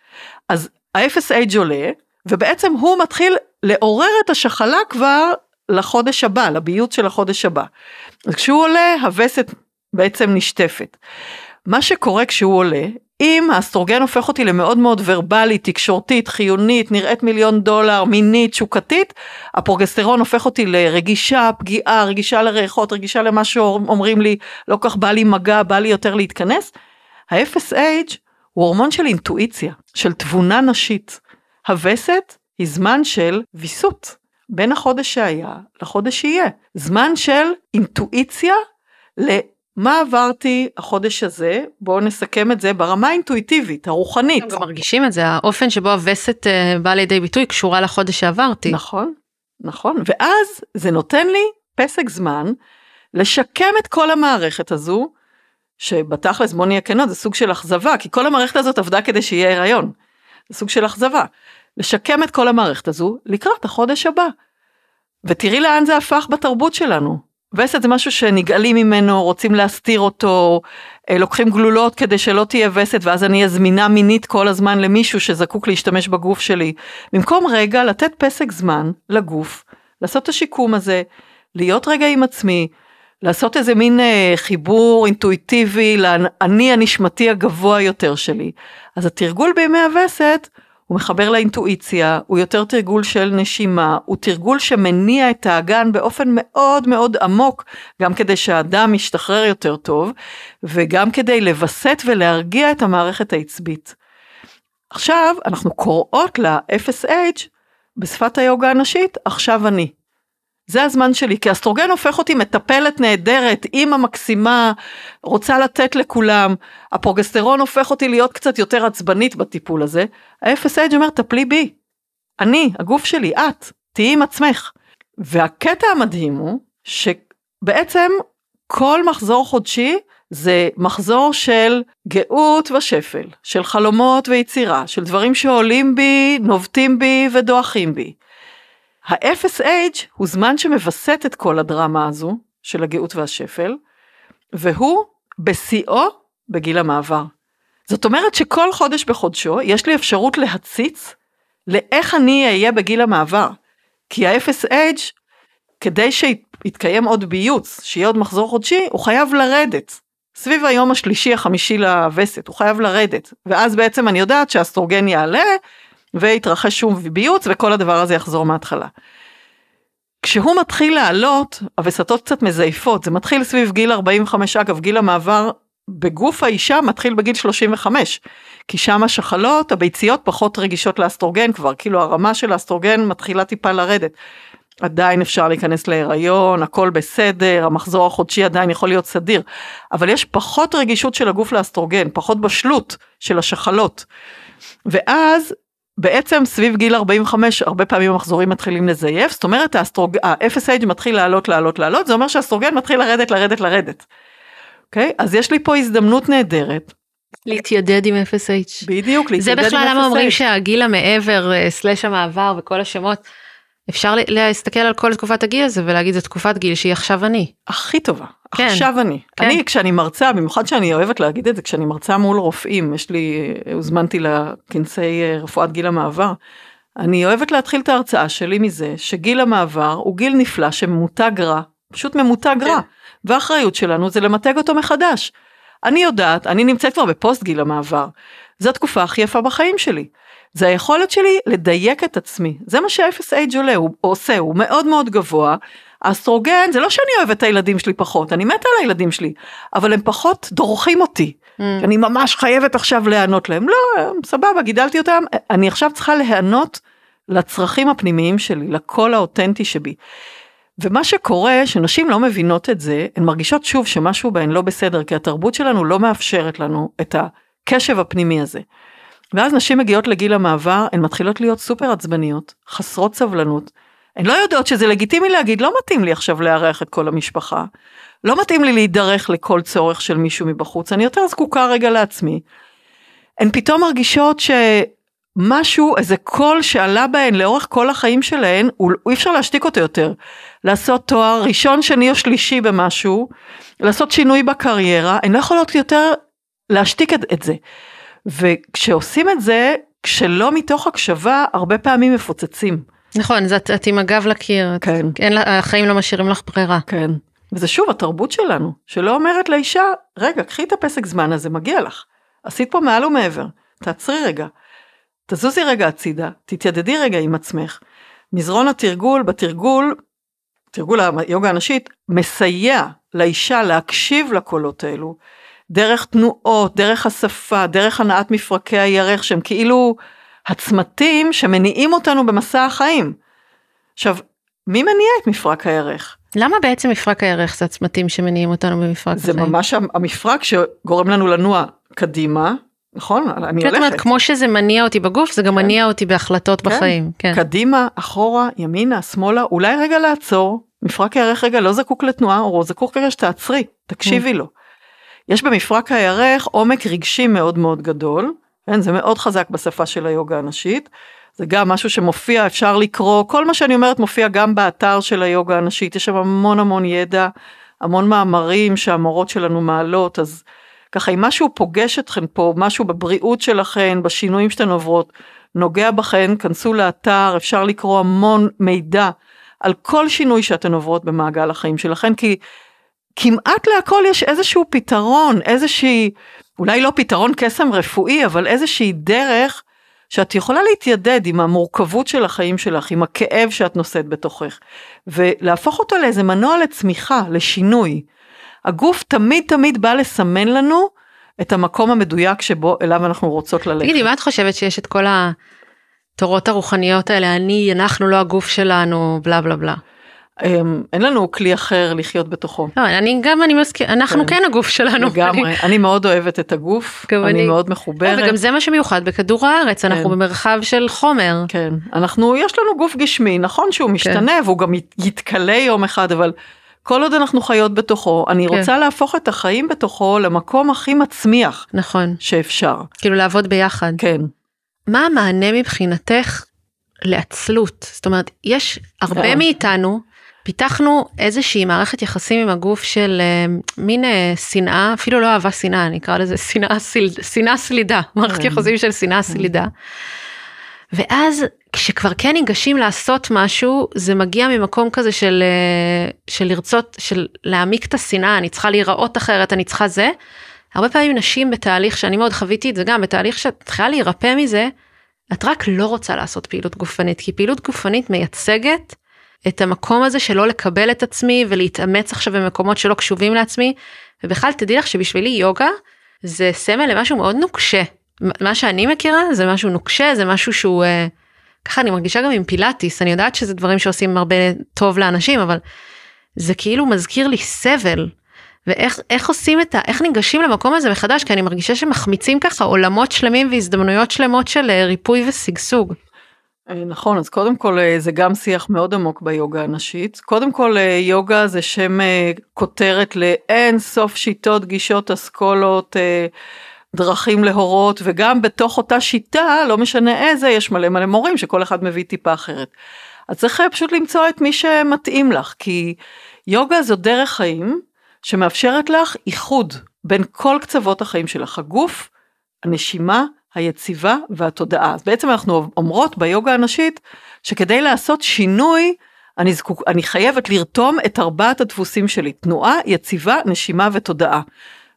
אז ה-אף אס אייץ' עולה, ובעצם הוא מתחיל לעורר את השחלה כבר לחודש הבא, לביות של החודש הבא. אז כשהוא עולה, הווסת בעצם נשטפת. מה שקורה כשהוא עולה, אם האסטרוגן הופך אותי למאוד מאוד ורבלית, תקשורתית, חיונית, נראית מיליון דולר, מינית, שוקתית, הפרוגסטרון הופך אותי לרגישה, פגיעה, רגישה לריחות, רגישה למה שאומרים לי, לא כך בא לי מגע, בא לי יותר להתכנס. ה-אף אס אייץ' הוא הורמון של אינטואיציה, של תבונה נשית. הווסת היא זמן של ויסות, בין החודש שהיה לחודש שיהיה. זמן של אינטואיציה ל... מה עברתי החודש הזה, בואו נסכם את זה ברמה האינטואיטיבית, הרוחנית. גם מרגישים את זה, האופן שבו הווסת בא לידי ביטוי קשורה לחודש שעברתי. נכון, נכון, ואז זה נותן לי פסק זמן, לשקם את כל המערכת הזו, שבתכלס בוא נהיה כנות, זה סוג של אכזבה, כי כל המערכת הזאת עבדה כדי שיהיה הריון, זה סוג של אכזבה, לשקם את כל המערכת הזו, לקראת החודש הבא, ותראי לאן זה הפך בתרבות שלנו, וסת זה משהו שנגאלים ממנו, רוצים להסתיר אותו, לוקחים גלולות כדי שלא תהיה וסת, ואז אני אזמינה מינית כל הזמן למישהו שזקוק להשתמש בגוף שלי. במקום רגע לתת פסק זמן לגוף, לעשות את השיקום הזה, להיות רגע עם עצמי, לעשות איזה מין חיבור אינטואיטיבי, לאני הנשמתי הגבוה יותר שלי. אז התרגול בימי הווסת, הוא מחבר לאינטואיציה, הוא יותר תרגול של נשימה, הוא תרגול שמניע את האגן באופן מאוד מאוד עמוק, גם כדי שהאדם ישתחרר יותר טוב, וגם כדי לבסט ולהרגיע את המערכת העצבית. עכשיו אנחנו קוראות ל-אף אס אייץ' בשפת היוגה הנשית, עכשיו אני. זה הזמן שלי, כי אסטרוגן הופך אותי מטפלת נהדרת, אימא מקסימה, רוצה לתת לכולם, הפרוגסטרון הופך אותי להיות קצת יותר עצבנית בטיפול הזה, ה-אף אס אייץ' אומר, טפלי בי, אני, הגוף שלי, את, תהיי עם עצמך. והקטע המדהים הוא, שבעצם כל מחזור חודשי, זה מחזור של גאות ושפל, של חלומות ויצירה, של דברים שעולים בי, נובטים בי ודואחים בי. ה-אף אס אייץ' הוא זמן שמבסט את כל הדרמה הזו, של הגאות והשפל, והוא בשיאו בגיל המעבר. זאת אומרת שכל חודש בחודשו, יש לי אפשרות להציץ, לאיך אני אהיה בגיל המעבר. כי ה-אף אס אייץ', כדי שיתקיים עוד ביוץ, שיהיה עוד מחזור חודשי, הוא חייב לרדת. סביב היום השלישי, החמישי לווסת, הוא חייב לרדת. ואז בעצם אני יודעת שהאסטרוגן יעלה, ויתרחש שום ביוץ, וכל הדבר הזה יחזור מההתחלה. כשהוא מתחיל לעלות, הווסתות קצת מזייפות, זה מתחיל סביב גיל ארבעים וחמש, אגב, גיל המעבר בגוף האישה מתחיל בגיל שלושים וחמש, כי שם השחלות, הביציות פחות רגישות לאסטרוגן כבר, כאילו הרמה של האסטרוגן מתחילה טיפה לרדת. עדיין אפשר להיכנס להיריון, הכל בסדר, המחזור החודשי עדיין יכול להיות סדיר, אבל יש פחות רגישות של הגוף לאסטרוגן, פחות בשלות של השחלות. ואז בעצם סביב גיל ארבעים וחמש, הרבה פעמים המחזורים מתחילים לזייף, זאת אומרת, ה-אף אס אייץ' מתחיל לעלות, לעלות, לעלות, זה אומר שהאסטרוגן מתחיל לרדת, לרדת, לרדת. אוקיי? אז יש לי פה הזדמנות נהדרת. להתיידד עם אף אס אייץ'. בדיוק, להתיידד עם אף אס אייץ'. זה בכלל למה אומרים שהגיל המעבר, סלש המעבר וכל השמות, אפשר להסתכל על כל תקופת הגיל הזה ולהגיד, זו תקופת גיל שהיא עכשיו אני. הכי טובה, כן, עכשיו אני. כן. אני, כשאני מרצה, במיוחד שאני אוהבת להגיד את זה, כשאני מרצה מול רופאים, יש לי, הוזמנתי לכנסי רפואת גיל המעבר, אני אוהבת להתחיל את ההרצאה שלי מזה, שגיל המעבר הוא גיל נפלא שממותג רע, פשוט ממותג רע, והאחריות שלנו זה למתג אותו מחדש. אני יודעת, אני נמצאת כבר בפוסט גיל המעבר, זו התקופה הכי יפה בחיים שלי, זה היכולת שלי לדייק את עצמי, זה מה ש-אף אס אייץ' עולה, הוא עושה, הוא מאוד מאוד גבוה, האסטרוגן, זה לא שאני אוהבת את הילדים שלי פחות, אני מתה על הילדים שלי, אבל הם פחות דורכים אותי, mm. אני ממש חייבת עכשיו להיענות להם, לא, סבבה, גידלתי אותם, אני עכשיו צריכה להיענות לצרכים הפנימיים שלי, לקול האותנטי שבי, ומה שקורה, שנשים לא מבינות את זה, הן מרגישות שוב שמשהו בהן לא בסדר, כי התרבות שלנו לא מאפשרת לנו את הקשב הפנימי הזה, ואז נשים מגיעות לגיל המעבר, הן מתחילות להיות סופר עצבניות, חסרות סבלנות, הן לא יודעות שזה לגיטימי להגיד, לא מתאים לי עכשיו לארח את כל המשפחה, לא מתאים לי להידרך לכל צורך של מישהו מבחוץ, אני יותר זקוקה רגע לעצמי. הן פתאום מרגישות שמשהו, איזה קול שעלה בהן לאורך כל החיים שלהן, הוא אי אפשר להשתיק אותו יותר, לעשות תואר ראשון, שני או שלישי במשהו, לעשות שינוי בקריירה, הן לא יכולות יותר להשתיק את, את זה. וכשעושים את זה, כשלא מתוך הקשבה, הרבה פעמים מפוצצים. נכון, זה את עם הגב לקיר, כן. אין, החיים לא משאירים לך ברירה. כן, וזה שוב התרבות שלנו, שלא אומרת לאישה, רגע, קחי את הפסק זמן הזה, מגיע לך, עשית פה מעל ומעבר, תעצרי רגע, תזוזי רגע הצידה, תתיידדי רגע עם עצמך, מזרון התרגול, בתרגול, תרגול היוגה הנשית, מסייע לאישה להקשיב לקולות האלו, דרך תנועות, דרך השפה, דרך הנעת מפרקי הירך, שהם כאילו הצמתים שמניעים אותנו במסע החיים. עכשיו, מי מניע את מפרק הירך? למה בעצם מפרק הירך זה הצמתים שמניעים אותנו במפרק זה החיים? זה ממש המפרק שגורם לנו לנוע קדימה, נכון? אני הולכת. אומרת, כמו שזה מניע אותי בגוף, זה גם כן. מניע אותי בהחלטות כן. בחיים. כן. קדימה, אחורה, ימינה, שמאלה, אולי רגע לעצור, מפרק הירך רגע לא זקוק לתנועה, או זקוק רגע שתעצרי, תקשיבי לו. יש במפרק הירך עומק רגשי מאוד מאוד גדול, כן? זה מאוד חזק בשפה של היוגה הנשית, זה גם משהו שמופיע, אפשר לקרוא, כל מה שאני אומרת מופיע גם באתר של היוגה הנשית, יש שם המון המון ידע, המון מאמרים שהמורות שלנו מעלות, אז ככה אם משהו פוגש אתכן פה, משהו בבריאות שלכן, בשינויים שאתן עוברות, נוגע בכן, כנסו לאתר, אפשר לקרוא המון מידע, על כל שינוי שאתן עוברות במעגל החיים שלכן, כי כמעט להכל יש איזשהו פתרון, איזושהי, אולי לא פתרון קסם רפואי, אבל איזושהי דרך שאת יכולה להתיידד עם המורכבות של החיים שלך, עם הכאב שאת נושאת בתוכך, ולהפוך אותו לאיזה מנוע לצמיחה, לשינוי. הגוף תמיד תמיד בא לסמן לנו את המקום המדויק שבו אליו אנחנו רוצות ללכת. תגידי, מה את חושבת שיש את כל התורות הרוחניות האלה, אני, אנחנו לא הגוף שלנו, בלה בלה בלה. אין לנו כלי אחר לחיות בתוכו. לא, אני גם, אני מסכים, אנחנו כן הגוף שלנו. לגמרי, אני מאוד אוהבת את הגוף, אני מאוד מחוברת. וגם זה מה שמיוחד בכדור הארץ, אנחנו במרחב של חומר. כן, אנחנו, יש לנו גוף גשמי, נכון שהוא משתנה, והוא גם יתקלה יום אחד, אבל כל עוד אנחנו חיות בתוכו, אני רוצה להפוך את החיים בתוכו למקום הכי מצמיח. נכון. שאפשר. כאילו לעבוד ביחד. כן. מה המענה מבחינתך לעצלות? זאת אומרת, יש הרבה מאיתנו, פיתחנו איזושהי מערכת יחסים עם הגוף של uh, מין uh, שנאה, אפילו לא אהבה שנאה, אני אקרא לזה שנאה, שנאה סלידה, מערכת יחסים של שנאה סלידה. ואז כשכבר כן ניגשים לעשות משהו, זה מגיע ממקום כזה של, uh, של לרצות, של להעמיק את השנאה, אני צריכה להיראות אחרת, אני צריכה זה. הרבה פעמים נשים בתהליך, שאני מאוד חוויתי את זה גם, בתהליך שאת צריכה להירפא מזה, את רק לא רוצה לעשות פעילות גופנית, כי פעילות גופנית מייצגת את המקום הזה שלא לקבל את עצמי, ולהתאמץ עכשיו במקומות שלא קשובים לעצמי, ובכלל תדעי לך שבשבילי יוגה, זה סמל למשהו מאוד נוקשה, מה שאני מכירה זה משהו נוקשה, זה משהו שהוא, ככה אני מרגישה גם עם פילאטיס, אני יודעת שזה דברים שעושים הרבה טוב לאנשים, אבל זה כאילו מזכיר לי סבל, ואיך איך עושים את ה, איך ניגשים למקום הזה מחדש, כי אני מרגישה שמחמיצים ככה עולמות שלמים והזדמנויות שלמות של ריפוי וסגסוג. נכון, אז קודם כל זה גם שיח מאוד עמוק ביוגה הנשית, קודם כל יוגה זה שם כותרת לאין סוף שיטות, גישות, אסכולות, דרכים להורות, וגם בתוך אותה שיטה, לא משנה איזה, יש מלא מלא מורים שכל אחד מביא טיפה אחרת. אז צריך פשוט למצוא את מי שמתאים לך, כי יוגה זו דרך חיים, שמאפשרת לך איחוד בין כל קצוות החיים שלך, הגוף, הנשימה, היציבה והתודעה. אז בעצם אנחנו אומרות ביוגה הנשית, שכדי לעשות שינוי, אני, זקוק, אני חייבת לרתום את ארבעת הדפוסים שלי, תנועה, יציבה, נשימה ותודעה.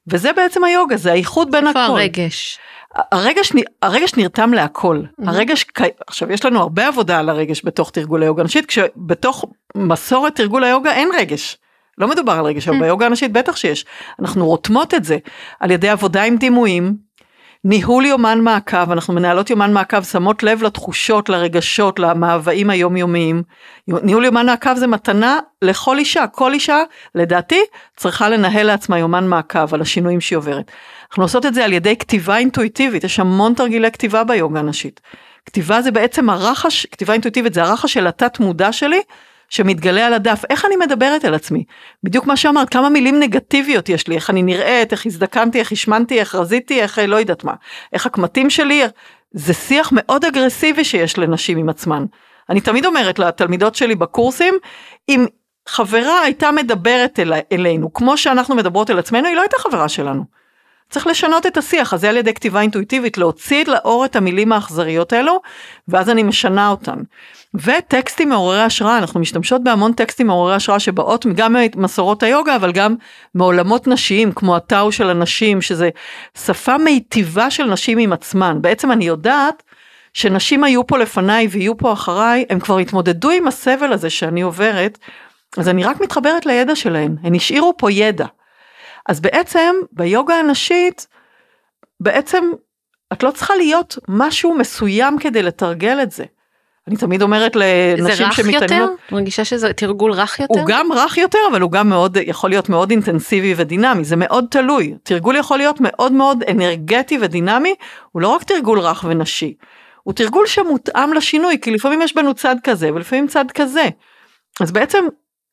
וזה בעצם היוגה, זה האיחוד בין הכל. איפה הרגש? הרגש, הרגש נרתם להכל. Mm-hmm. הרגש, עכשיו יש לנו הרבה עבודה על הרגש בתוך תרגול היוגה הנשית, כשבתוך מסורת תרגול היוגה אין רגש. לא מדובר על רגש, אבל ביוגה הנשית בטח שיש. אנחנו רותמות את זה על ידי עבודה עם דימויים, ניהול יומן מעקב, אנחנו מנהלות יומן מעקב, שמות לב לתחושות, לרגשות, למאוויים היומיומיים. ניהול יומן מעקב זה מתנה לכל אישה, כל אישה, לדעתי, צריכה לנהל לעצמה יומן מעקב על השינויים שהיא עוברת. אנחנו עושות את זה על ידי כתיבה אינטואיטיבית, יש המון תרגילי כתיבה ביוגה הנשית. כתיבה זה בעצם הרחש, כתיבה אינטואיטיבית זה הרחש של התת מודע שלי, שמתגלה על הדף, איך אני מדברת על עצמי, בדיוק מה שאמרת, כמה מילים נגטיביות יש לי, איך אני נראית, איך הזדקנתי, איך השמנתי, איך רזיתי, איך לא יודעת מה, איך הקמטים שלי, זה שיח מאוד אגרסיבי שיש לנשים עם עצמן, אני תמיד אומרת לתלמידות שלי בקורסים, אם חברה הייתה מדברת אל, אלינו, כמו שאנחנו מדברות אל עצמנו, היא לא הייתה חברה שלנו, צריך לשנות את השיח, אז זה על ידי כתיבה אינטואיטיבית, להוציא לאור את המילים האכזריות האלו, ואז אני משנה אותן. וטקסטים מעוררי השראה, אנחנו משתמשות בהמון טקסטים מעוררי השראה, שבאות גם ממסורות היוגה, אבל גם מעולמות נשיים, כמו הטאו של הנשים, שזה שפה מיטיבה של נשים עם עצמן. בעצם אני יודעת, שנשים היו פה לפניי, ויהיו פה אחריי, הם כבר התמודדו עם הסבל הזה שאני עוברת, אז אני רק מתחברת לידע שלהם, הם השאירו פה ידע. אז בעצם, ביוגה הנשית, בעצם, את לא צריכה להיות משהו מסוים כדי לתרגל את זה. אני תמיד אומרת לנשים שמתעניינות. זה רך יותר? מרגישה שזה תרגול רך יותר? הוא גם רך יותר, אבל הוא גם מאוד, יכול להיות מאוד אינטנסיבי ודינמי, זה מאוד תלוי. תרגול יכול להיות מאוד מאוד אנרגטי ודינמי, הוא לא רק תרגול רך ונשי, הוא תרגול שמותאם לשינוי, כי לפעמים יש בנו צד כזה, ולפעמים צד כזה. אז בעצם,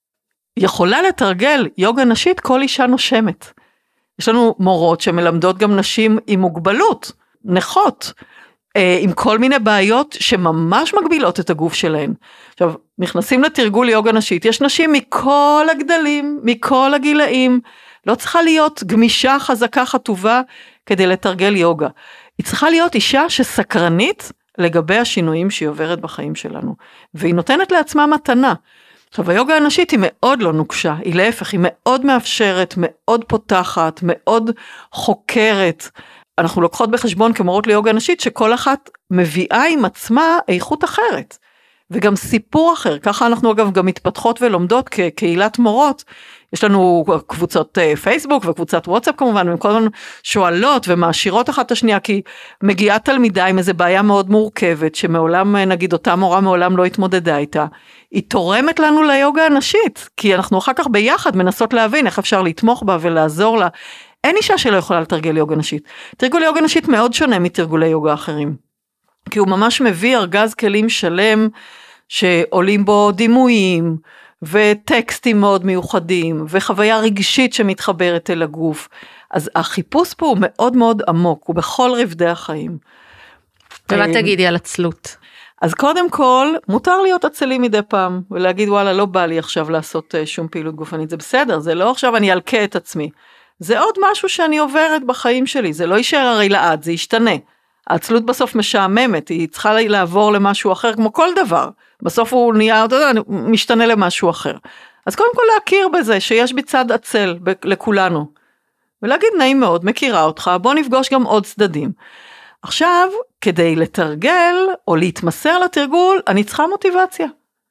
יכולה לתרגל יוגה נשית כל אישה נושמת. יש לנו מורות שמלמדות גם נשים עם מוגבלות, נכות, עם כל מיני בעיות שממש מגבילות את הגוף שלהן. עכשיו, נכנסים לתרגול יוגה נשית, יש נשים מכל הגדלים, מכל הגילאים, לא צריכה להיות גמישה, חזקה, חטובה, כדי לתרגל יוגה. היא צריכה להיות אישה שסקרנית לגבי השינויים שהיא עוברת בחיים שלנו, והיא נותנת לעצמה מתנה. עכשיו, היוגה הנשית היא מאוד לא נוקשה, היא להפך, היא מאוד מאפשרת, מאוד פותחת, מאוד חוקרת. אנחנו לוקחות בחשבון כמורות ליוגה נשית, שכל אחת מביאה עם עצמה איכות אחרת, וגם סיפור אחר. ככה אנחנו אגב גם מתפתחות ולומדות כקהילת מורות, יש לנו קבוצות פייסבוק וקבוצת וואטסאפ כמובן, והן כל הזמן שואלות ומעשירות אחת את השנייה, כי מגיעה תלמידה עם איזו בעיה מאוד מורכבת, שמעולם נגיד אותה מורה מעולם לא התמודדה איתה, היא תורמת לנו ליוגה הנשית, כי אנחנו אחר כך ביחד מנסות להבין איך אפשר לתמוך בה ולעזור לה. אין אישה שלא יכולה לתרגל יוגה נשית. תרגול יוגה נשית מאוד שונה מתרגולי יוגה אחרים, כי הוא ממש מביא ארגז כלים שלם, שעולים בו דימויים, וטקסטים מאוד מיוחדים, וחוויה רגשית שמתחברת אל הגוף. אז החיפוש פה הוא מאוד מאוד עמוק, הוא בכל רבדי החיים. ומה תגידי על עצלות? אז קודם כל, מותר להיות עצלי מדי פעם, ולהגיד וואלה, לא בא לי עכשיו לעשות שום פעילות גופנית, זה בסדר, זה לא עכשיו אני אלכה את עצמי. זה עוד משהו שאני עוברת בחיים שלי, זה לא יישאר הרי לעד, זה ישתנה. העצלות בסוף משעממת, היא צריכה לעבור למשהו אחר, כמו כל דבר. בסוף הוא נהיה, אתה יודע, משתנה למשהו אחר. אז קודם כל להכיר בזה, שיש בצד עצל לכולנו. ולהגיד, נעים מאוד, מכירה אותך, בוא נפגוש גם עוד צדדים. עכשיו, כדי לתרגל, או להתמסר לתרגול, אני צריכה מוטיבציה.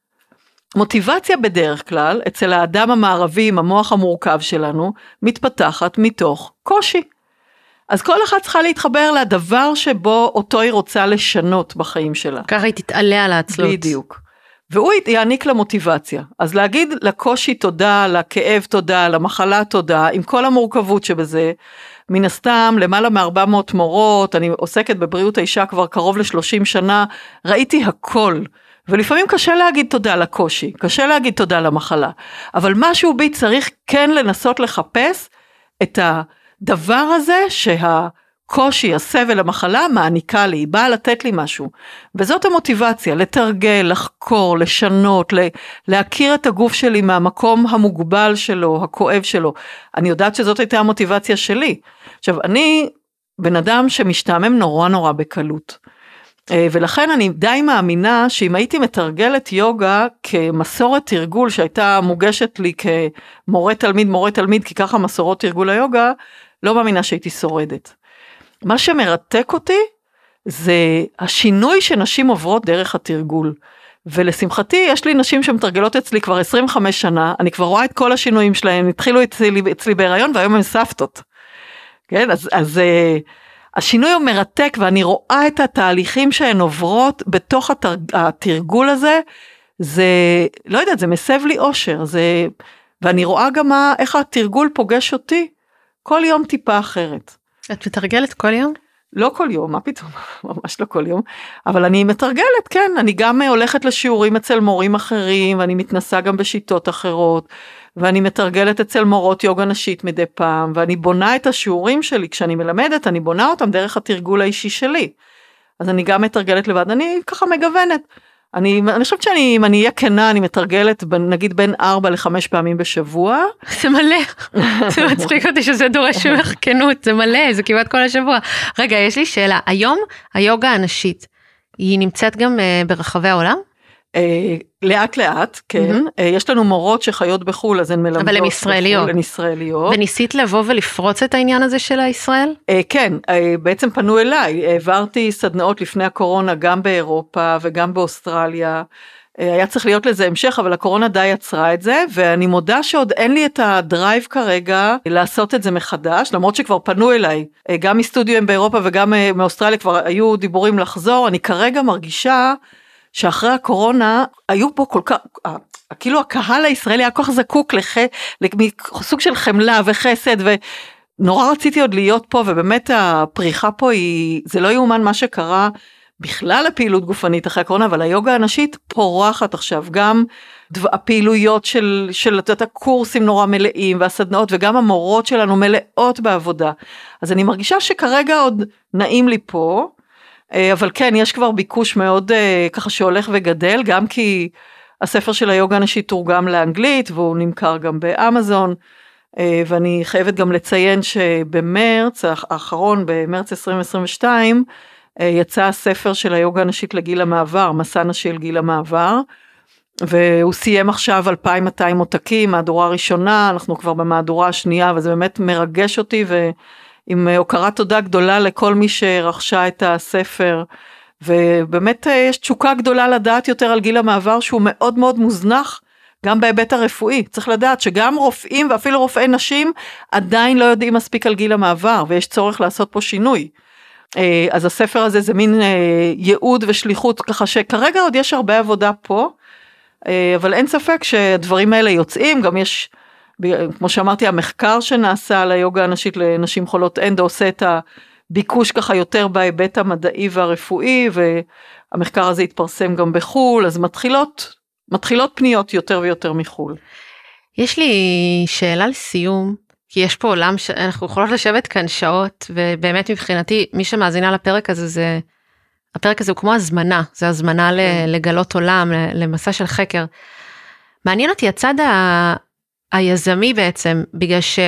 מוטיבציה בדרך כלל, אצל האדם המערבי עם המוח המורכב שלנו, מתפתחת מתוך קושי. אז כל אחד צריכה להתחבר לדבר שבו אותו היא רוצה לשנות בחיים שלה. ככה היא תתעלה על העצלות. בדיוק. והוא יעניק לה מוטיבציה. אז להגיד לקושי תודה, לכאב תודה, למחלה תודה, עם כל המורכבות שבזה, מן הסתם למעלה מ-ארבע מאות מורות, אני עוסקת בבריאות האישה כבר קרוב ל-שלושים שנה, ראיתי הכל. ולפעמים קשה להגיד תודה לקושי, קשה להגיד תודה למחלה, אבל משהו בי צריך כן לנסות לחפש את הדבר הזה שהקושי, הסבל, המחלה מעניקה לי, היא באה לתת לי משהו, וזאת המוטיבציה, לתרגל, לחקור, לשנות, להכיר את הגוף שלי מהמקום המוגבל שלו, הכואב שלו, אני יודעת שזאת הייתה המוטיבציה שלי. עכשיו אני בן אדם שמשתעמם נורא נורא בקלות, ולכן אני די מאמינה שאם הייתי מתרגלת יוגה כמסורת תרגול שהייתה מוגשת לי כמורה תלמיד מורה תלמיד, כי ככה מסורות תרגול היוגה, לא מאמינה שהייתי שורדת. מה שמרתק אותי, זה השינוי שנשים עוברות דרך התרגול. ולשמחתי, יש לי נשים שמתרגלות אצלי כבר עשרים וחמש שנה, אני כבר רואה את כל השינויים שלהם, התחילו אצלי, אצלי בהיריון, והיום הם סבתות. כן, אז, אז uh, השינוי הוא מרתק, ואני רואה את התהליכים שהן עוברות, בתוך התרג, התרגול הזה, זה, לא יודעת, זה מסב לי אושר, זה, ואני רואה גם מה, איך התרגול פוגש אותי, כל יום טיפה אחרת. את מתרגלת כל יום? לא כל יום, מה פתאום, ממש לא כל יום, אבל אני מתרגלת, כן, אני גם הולכת לשיעורים אצל מורים אחרים, ואני מתנסה גם בשיטות אחרות, ואני מתרגלת אצל מורות יוגה נשית מדי פעם, ואני בונה את השיעורים שלי, כשאני מלמדת, אני בונה אותם דרך התרגול האישי שלי, אז אני גם מתרגלת לבד, אני ככה מגוונת, אני, אני חושבת שאני, אם אני אהיה כנה, אני מתרגלת, נגיד בין ארבע לחמש פעמים בשבוע. זה מלא, זה מצחיק אותי שזה דורש ממך כנות, זה מלא, זה כמעט כל השבוע. רגע, יש לי שאלה, היום היוגה הנשית, היא נמצאת גם ברחבי העולם? לאט לאט, כן, יש לנו מורות שחיות בחול, אז הן מלמדות. אבל הן ישראליות. הן ישראליות. וניסית לבוא ולפרוץ את העניין הזה של הישראל? כן, בעצם פנו אליי, העברתי סדנאות לפני הקורונה, גם באירופה וגם באוסטרליה, היה צריך להיות לזה המשך, אבל הקורונה די יצרה את זה, ואני מודה שעוד אין לי את הדרייב כרגע לעשות את זה מחדש, למרות שכבר פנו אליי, גם מסטודיו באירופה וגם מאוסטרליה כבר היו דיבורים לחזור, אני כרגע מרגישה שאחרי הקורונה, היו פה כל כך, כאילו הקהל הישראלי היה כל כך זקוק לח, לסוג של חמלה וחסד, ונורא רציתי עוד להיות פה, ובאמת הפריחה פה היא, זה לא יאומן מה שקרה, בכלל הפעילות גופנית אחרי הקורונה, אבל היוגה הנשית פורחת עכשיו, גם הפעילויות של, של את הקורסים נורא מלאים, והסדנאות, וגם המורות שלנו מלאות בעבודה, אז אני מרגישה שכרגע עוד נעים לי פה, אבל כן, יש כבר ביקוש מאוד ככה שהולך וגדל, גם כי הספר של היוגה הנשית תורגם לאנגלית, והוא נמכר גם באמזון, ואני חייבת גם לציין שבמרץ האחרון, במרץ עשרים עשרים ושתיים, יצא הספר של היוגה הנשית לגיל המעבר, מסע נשי לגיל המעבר, והוא סיים עכשיו אלפיים ומאתיים עותקים, מהדורה הראשונה, אנחנו כבר במהדורה השנייה, וזה באמת מרגש אותי, ו... עם הוקרת תודה גדולה לכל מי שרכשה את הספר, ובאמת יש תשוקה גדולה לדעת יותר על גיל המעבר, שהוא מאוד מאוד מוזנח, גם בהיבט הרפואי, צריך לדעת שגם רופאים, ואפילו רופאי נשים, עדיין לא יודעים מספיק על גיל המעבר, ויש צורך לעשות פה שינוי. אז הספר הזה זה מין ייעוד ושליחות, ככה שכרגע עוד יש הרבה עבודה פה, אבל אין ספק שהדברים האלה יוצאים, גם יש, כמו שאמרתי, המחקר שנעשה על היוגה הנשית לנשים חולות אנדו, עושה את הביקוש ככה יותר בהיבט המדעי והרפואי, והמחקר הזה התפרסם גם בחול, אז מתחילות, מתחילות פניות יותר ויותר מחול. יש לי שאלה לסיום, כי יש פה עולם שאנחנו יכולות לשבת כאן שעות, ובאמת מבחינתי, מי שמאזינה לפרק הזה, זה, הפרק הזה הוא כמו הזמנה, זה הזמנה לגלות עולם, למסע של חקר. מעניין אותי הצד ה... היזמי בעצם, בגלל ש,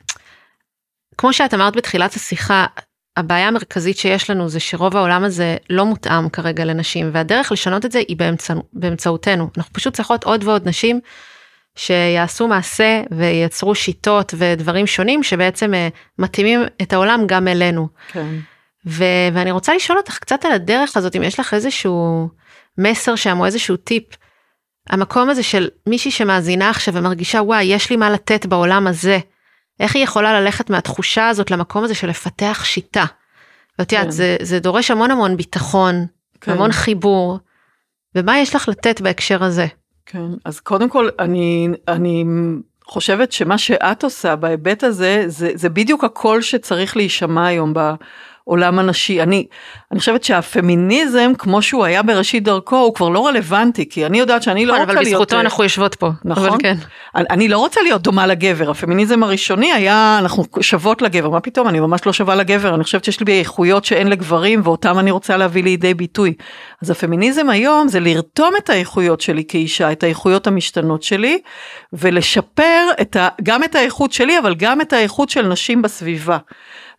כמו שאת אמרת בתחילת השיחה, הבעיה המרכזית שיש לנו זה שרוב העולם הזה לא מותאם כרגע לנשים, והדרך לשנות את זה היא באמצע, באמצעותנו. אנחנו פשוט צריכות עוד ועוד נשים שיעשו מעשה וייצרו שיטות ודברים שונים שבעצם מתאימים את העולם גם אלינו. כן. ו, ואני רוצה לשאול אותך קצת על הדרך הזאת, אם יש לך איזשהו מסר שם או איזשהו טיפ, המקום הזה של מישהי שמאזינה עכשיו ומרגישה, וואי, יש לי מה לתת בעולם הזה, איך היא יכולה ללכת מהתחושה הזאת למקום הזה של לפתח שיטה? ואת יודעת, זה, זה דורש המון המון ביטחון, כן. המון חיבור, ומה יש לך לתת בהקשר הזה? כן, אז קודם כל, אני, אני חושבת שמה שאת עושה בהיבט הזה, זה, זה בדיוק הקול שצריך להישמע היום בעולם הנשי. אני, אני חושבת שהפמיניזם, כמו שהוא היה בראשית דרכו, הוא כבר לא רלוונטי, כי אני יודעת שאני לא רוצה להיות... אבל בזכותו אנחנו יושבות פה. נכון? כן. אני, אני לא רוצה להיות דומה לגבר. הפמיניזם הראשוני היה, אנחנו שוות לגבר. מה פתאום? אני ממש לא שווה לגבר. אני חושבת שיש לי איכויות שאין לגברים, ואותם אני רוצה להביא לידי ביטוי. אז הפמיניזם היום זה לרתום את האיכויות שלי כאישה, את האיכויות המשתנות שלי, ולשפר את ה, גם את האיכות שלי, אבל גם את האיכות של נשים בסביבה.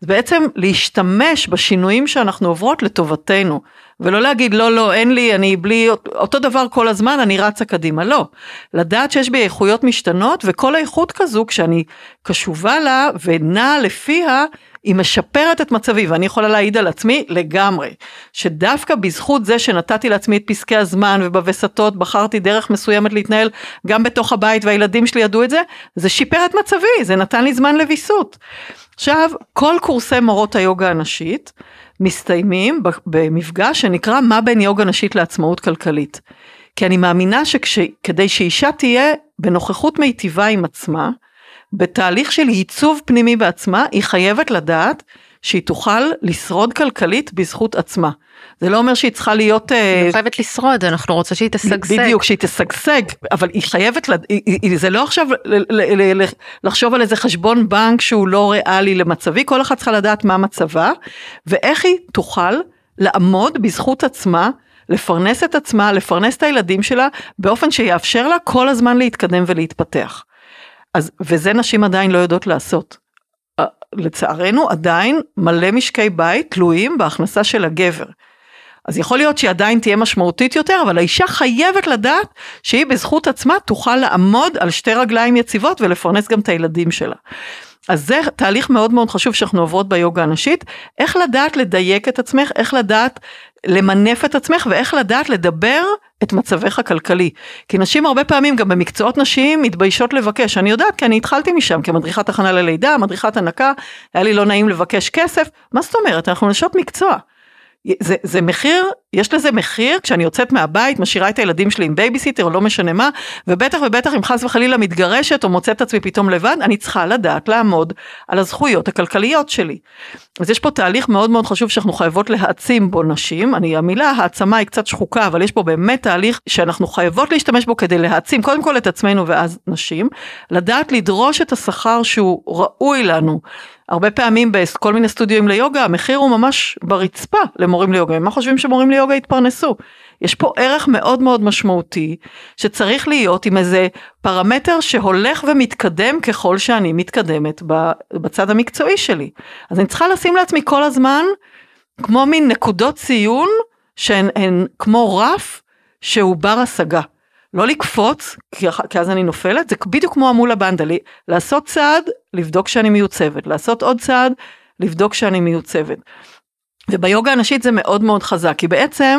אז בעצם להשתמש בשינויים שאנחנו עוברות לטובתנו, ולא להגיד לא לא אין לי, אני בלי, אותו דבר כל הזמן אני רצה קדימה, לא, לדעת שיש בי איכויות משתנות, וכל האיכות כזו כשאני קשובה לה ונעה לפיה, היא משפרת את מצבי, ואני יכולה להעיד על עצמי לגמרי, שדווקא בזכות זה שנתתי לעצמי את פסקי הזמן, ובווסתות בחרתי דרך מסוימת להתנהל, גם בתוך הבית, והילדים שלי ידעו את זה, זה שיפר את מצבי, זה נתן לי זמן לביסות. עכשיו, כל קורסי מורות היוגה הנשית, מסתיימים במפגש שנקרא מה בין יוגה נשית לעצמאות כלכלית. כי אני מאמינה שכדי שאישה תהיה בנוכחות מיטיבה עם עצמה, בתהליך של ייצוב פנימי בעצמה, היא חייבת לדעת שהיא תוכל לשרוד כלכלית בזכות עצמה. זה לא אומר שהיא צריכה להיות... היא חייבת לשרוד, אנחנו רוצים שהיא תשגשג. בדיוק, שהיא תשגשג, אבל היא חייבת, זה לא עכשיו לחשוב על איזה חשבון בנק שהוא לא ריאלי למצבי, כל אחד צריכה לדעת מה מצבה, ואיך היא תוכל לעמוד בזכות עצמה, לפרנס את עצמה, לפרנס את הילדים שלה, באופן שיאפשר לה כל הזמן להתקדם ולהתפתח. אז, וזה נשים עדיין לא יודעות לעשות. לצערנו עדיין מלא משקי בית תלויים בהכנסה של הגבר. אז יכול להיות שהיא עדיין תהיה משמעותית יותר, אבל האישה חייבת לדעת שהיא בזכות עצמה תוכל לעמוד על שתי רגליים יציבות ולפרנס גם את הילדים שלה. אז זה תהליך מאוד מאוד חשוב שאנחנו עוברות ביוגה הנשית, איך לדעת לדייק את עצמך, איך לדעת למנף את עצמך, ואיך לדעת לדבר את מצבך הכלכלי. כי נשים הרבה פעמים גם במקצועות נשים מתביישות לבקש, אני יודעת כי אני התחלתי משם, כמדריכת הכנה ללידה, מדריכת הנקה, היה לי לא נעים לבקש כסף, מה זאת אומרת? אנחנו נשות מקצוע. זה, זה מחיר, יש לזה מחיר, כשאני יוצאת מהבית, משאירה את הילדים שלי עם בייביסיטר, או לא משנה מה, ובטח ובטח אם חס וחלילה מתגרשת, או מוצאת עצמי פתאום לבד, אני צריכה לדעת לעמוד על הזכויות הכלכליות שלי. אז יש פה תהליך מאוד מאוד חשוב, שאנחנו חייבות להעצים בו נשים, אני, המילה העצמה היא קצת שחוקה, אבל יש פה באמת תהליך, שאנחנו חייבות להשתמש בו, כדי להעצים, קודם כל את עצמנו ואז נשים, לדעת לדרוש את השכר שהוא ראוי לנו, הרבה פעמים בכל מיני סטודיואים ליוגה, המחיר הוא ממש ברצפה למורים ליוגה. מה חושבים שמורים ליוגה יתפרנסו? יש פה ערך מאוד מאוד משמעותי, שצריך להיות עם איזה פרמטר שהולך ומתקדם ככל שאני מתקדמת בצד המקצועי שלי. אז אני צריכה לשים לעצמי כל הזמן, כמו מין נקודות ציון, שהן הן כמו רף שהוא בר השגה. לא לקפוץ, כי, כי אז אני נופלת, זה בדיוק כמו המול הבנדלי, לעשות צעד, לבדוק שאני מיוצבת, לעשות עוד צעד, לבדוק שאני מיוצבת. וביוגה הנשית זה מאוד מאוד חזק, כי בעצם,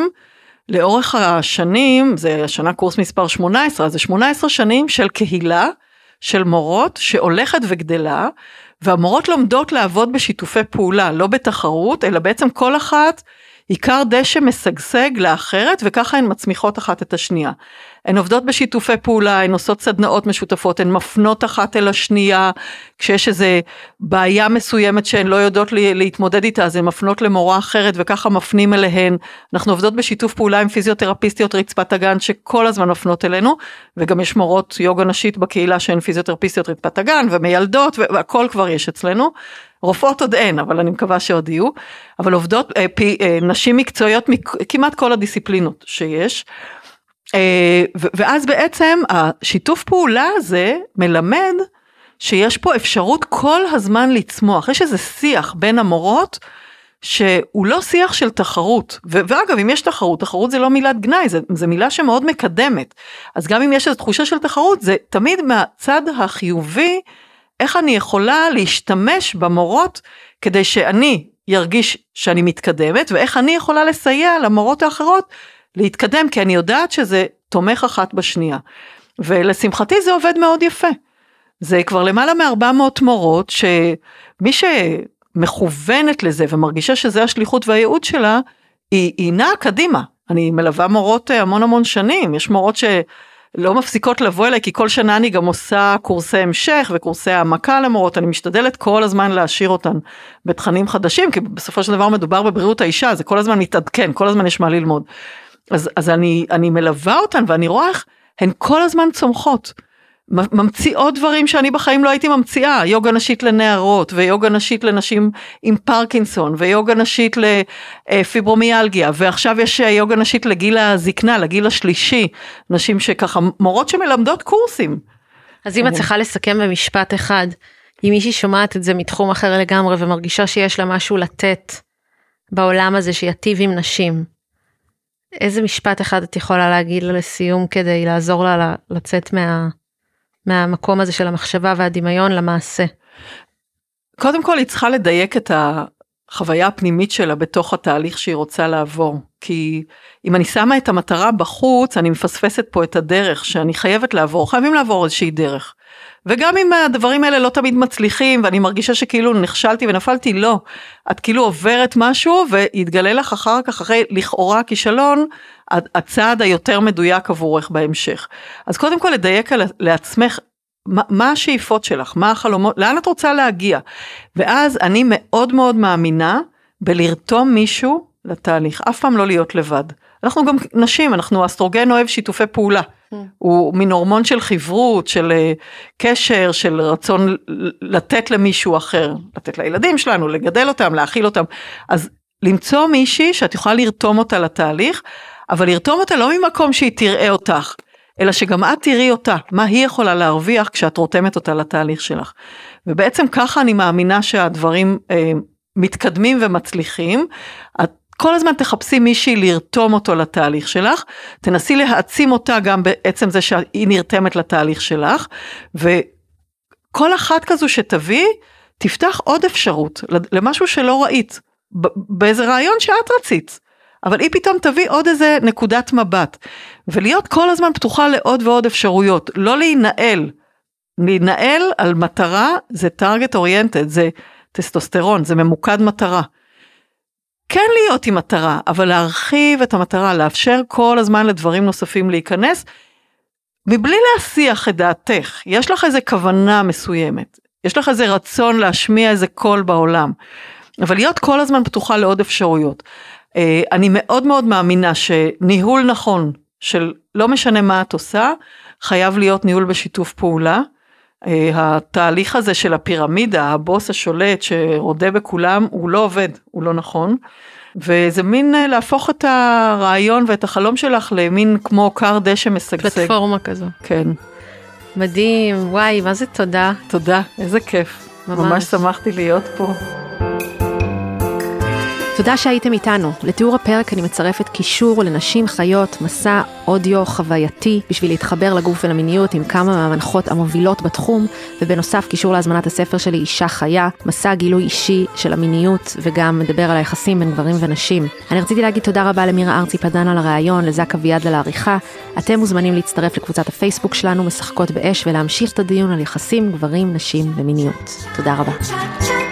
לאורך השנים, זה השנה קורס מספר שמונה עשרה, זה שמונה עשרה שנים של קהילה, של מורות, שהולכת וגדלה, והמורות לומדות לעבוד בשיתופי פעולה, לא בתחרות, אלא בעצם כל אחת, עיקר דשא משגשג לאחרת, וככה הן מצמיחות אחת את השנייה. הן עובדות בשיתופי פעולה, הן עושות סדנאות משותפות, הן מפנות אחת אל השנייה, כשיש איזו בעיה מסוימת שהן לא יודעות להתמודד איתה, אז הן מפנות למורה אחרת, וככה מפנים אליהן. אנחנו עובדות בשיתוף פעולה עם פיזיותרפיסטיות רצפת הגן, שכל הזמן מפנות אלינו, וגם יש מורות יוגה נשית בקהילה, שהן פיזיותרפיסטיות רצפת הגן, ומיילדות, והכל כבר יש אצלנו. רופאות עוד אין, אבל אני מקווה שעוד יהיו, אבל עובדות, אה, פי, אה, נשים מקצועיות, כמעט כל הדיסציפלינות שיש, אה, ו- ואז בעצם השיתוף פעולה הזה מלמד, שיש פה אפשרות כל הזמן לצמוח, יש איזה שיח בין המורות, שהוא לא שיח של תחרות, ו- ואגב אם יש תחרות, תחרות זה לא מילת גנאי, זה, זה מילה שמאוד מקדמת, אז גם אם יש איזו תחושה של תחרות, זה תמיד מהצד החיובי, איך אני יכולה להשתמש במורות, כדי שאני ירגיש שאני מתקדמת, ואיך אני יכולה לסייע למורות האחרות, להתקדם, כי אני יודעת שזה תומך אחת בשנייה. ולשמחתי זה עובד מאוד יפה. זה כבר למעלה מ-ארבע מאות מורות, שמי שמכוונת לזה, ומרגישה שזה השליחות והייעוד שלה, היא, היא נעה קדימה. אני מלווה מורות המון המון שנים, יש מורות ש... לא מפסיקות לבוא אליי, כי כל שנה אני גם עושה קורסי המשך, וקורסי העמקה למורות, אני משתדלת כל הזמן להשאיר אותן בתכנים חדשים, כי בסופו של דבר מדובר בבריאות האישה, זה כל הזמן מתעדכן, כל הזמן יש מה ללמוד. אז, אז אני, אני מלווה אותן, ואני רואה איך הן כל הזמן צומחות, ממציאות דברים שאני בחיים לא הייתי ממציאה, יוגה נשית לנערות, ויוגה נשית לנשים עם פרקינסון, ויוגה נשית לפיברומיאלגיה, ועכשיו יש יוגה נשית לגיל הזקנה, לגיל השלישי, נשים שככה, מורות שמלמדות קורסים. אז אם את צריכה לסכם במשפט אחד, אם מישהי שומעת את זה מתחום אחר לגמרי, ומרגישה שיש לה משהו לתת בעולם הזה שיטיב עם נשים, איזה משפט אחד את יכולה להגיד לה לסיום, כדי לעזור לה לצאת מה, מהמקום הזה של המחשבה והדמיון למעשה? קודם כל היא צריכה לדייק את החוויה הפנימית שלה בתוך התהליך שהיא רוצה לעבור, כי אם אני שמה את המטרה בחוץ, אני מפספסת פה את הדרך שאני חייבת לעבור, חייבים לעבור איזושהי דרך, וגם אם הדברים האלה לא תמיד מצליחים, ואני מרגישה שכאילו נכשלתי ונפלתי, לא, את כאילו עוברת משהו, ויתגלה לך אחר כך, אחרי לכאורה כישלון, הצעד היותר מדויק עבורך בהמשך. אז קודם כל לדייק לעצמך, מה, מה השאיפות שלך, מה החלומות, לאן את רוצה להגיע, ואז אני מאוד מאוד מאמינה, בלרתום מישהו לתהליך, אף פעם לא להיות לבד. אנחנו גם נשים, אנחנו אסטרוגן אוהב שיתופי פעולה, הוא מין הורמון של חברות, של קשר, של רצון לתת למישהו אחר, לתת לילדים שלנו, לגדל אותם, להאכיל אותם, אז למצוא מישהי שאת יכולה לרתום אותה לתהליך, אבל לרתום אותה לא ממקום שהיא תראה אותך, אלא שגם את תראי אותה, מה היא יכולה להרוויח כשאת רותמת אותה לתהליך שלך. ובעצם ככה אני מאמינה שהדברים אה, מתקדמים ומצליחים, את כל הזמן תחפשי מישהי לרתום אותו לתהליך שלך, תנסי להעצים אותה גם בעצם זה שהיא נרתמת לתהליך שלך, וכל אחת כזו שתביא, תפתח עוד אפשרות, למשהו שלא ראית, באיזה רעיון שאת רצית, אבל היא פתאום תביא עוד איזה נקודת מבט, ולהיות כל הזמן פתוחה לעוד ועוד אפשרויות, לא להינעל, להינעל על מטרה, זה target oriented, זה טסטוסטרון, זה ממוקד מטרה, כן להיות עם מטרה, אבל להרחיב את המטרה, לאפשר כל הזמן לדברים נוספים להיכנס, מבלי להסיח את דעתך, יש לך איזה כוונה מסוימת, יש לך איזה רצון להשמיע איזה קול בעולם, אבל להיות כל הזמן פתוחה לעוד אפשרויות. אני מאוד מאוד מאמינה שניהול נכון, של לא משנה מה את עושה, חייב להיות ניהול בשיתוף פעולה, התהליך הזה של הפירמידה, הבוס השולט שרודה בכולם, הוא לא עובד, הוא לא נכון, וזה מין להפוך את הרעיון ואת החלום שלך למין כמו קר דשא משגשג. פלטפורמה כזו. כן. מדהים, וואי, מה זה תודה. תודה, איזה כיף. ממש, ממש שמחתי להיות פה. תודה שהייתם איתנו. לתיאור הפרק אני מצרפת קישור לנשים חיות, מסע אודיו חווייתי, בשביל להתחבר לגוף ולמיניות עם כמה מהמנחות המובילות בתחום, ובנוסף קישור להזמנת הספר שלי אישה חיה, מסע גילוי אישי של המיניות, וגם מדבר על היחסים בין גברים ונשים. אני רציתי להגיד תודה רבה למירה ארצי פדן על הרעיון, לזק אביעד על העריכה. אתם מוזמנים להצטרף לקבוצת הפייסבוק שלנו, משחקות באש, ולהמשיך את הדיון על יחסים, גברים, נשים ומיניות. תודה רבה.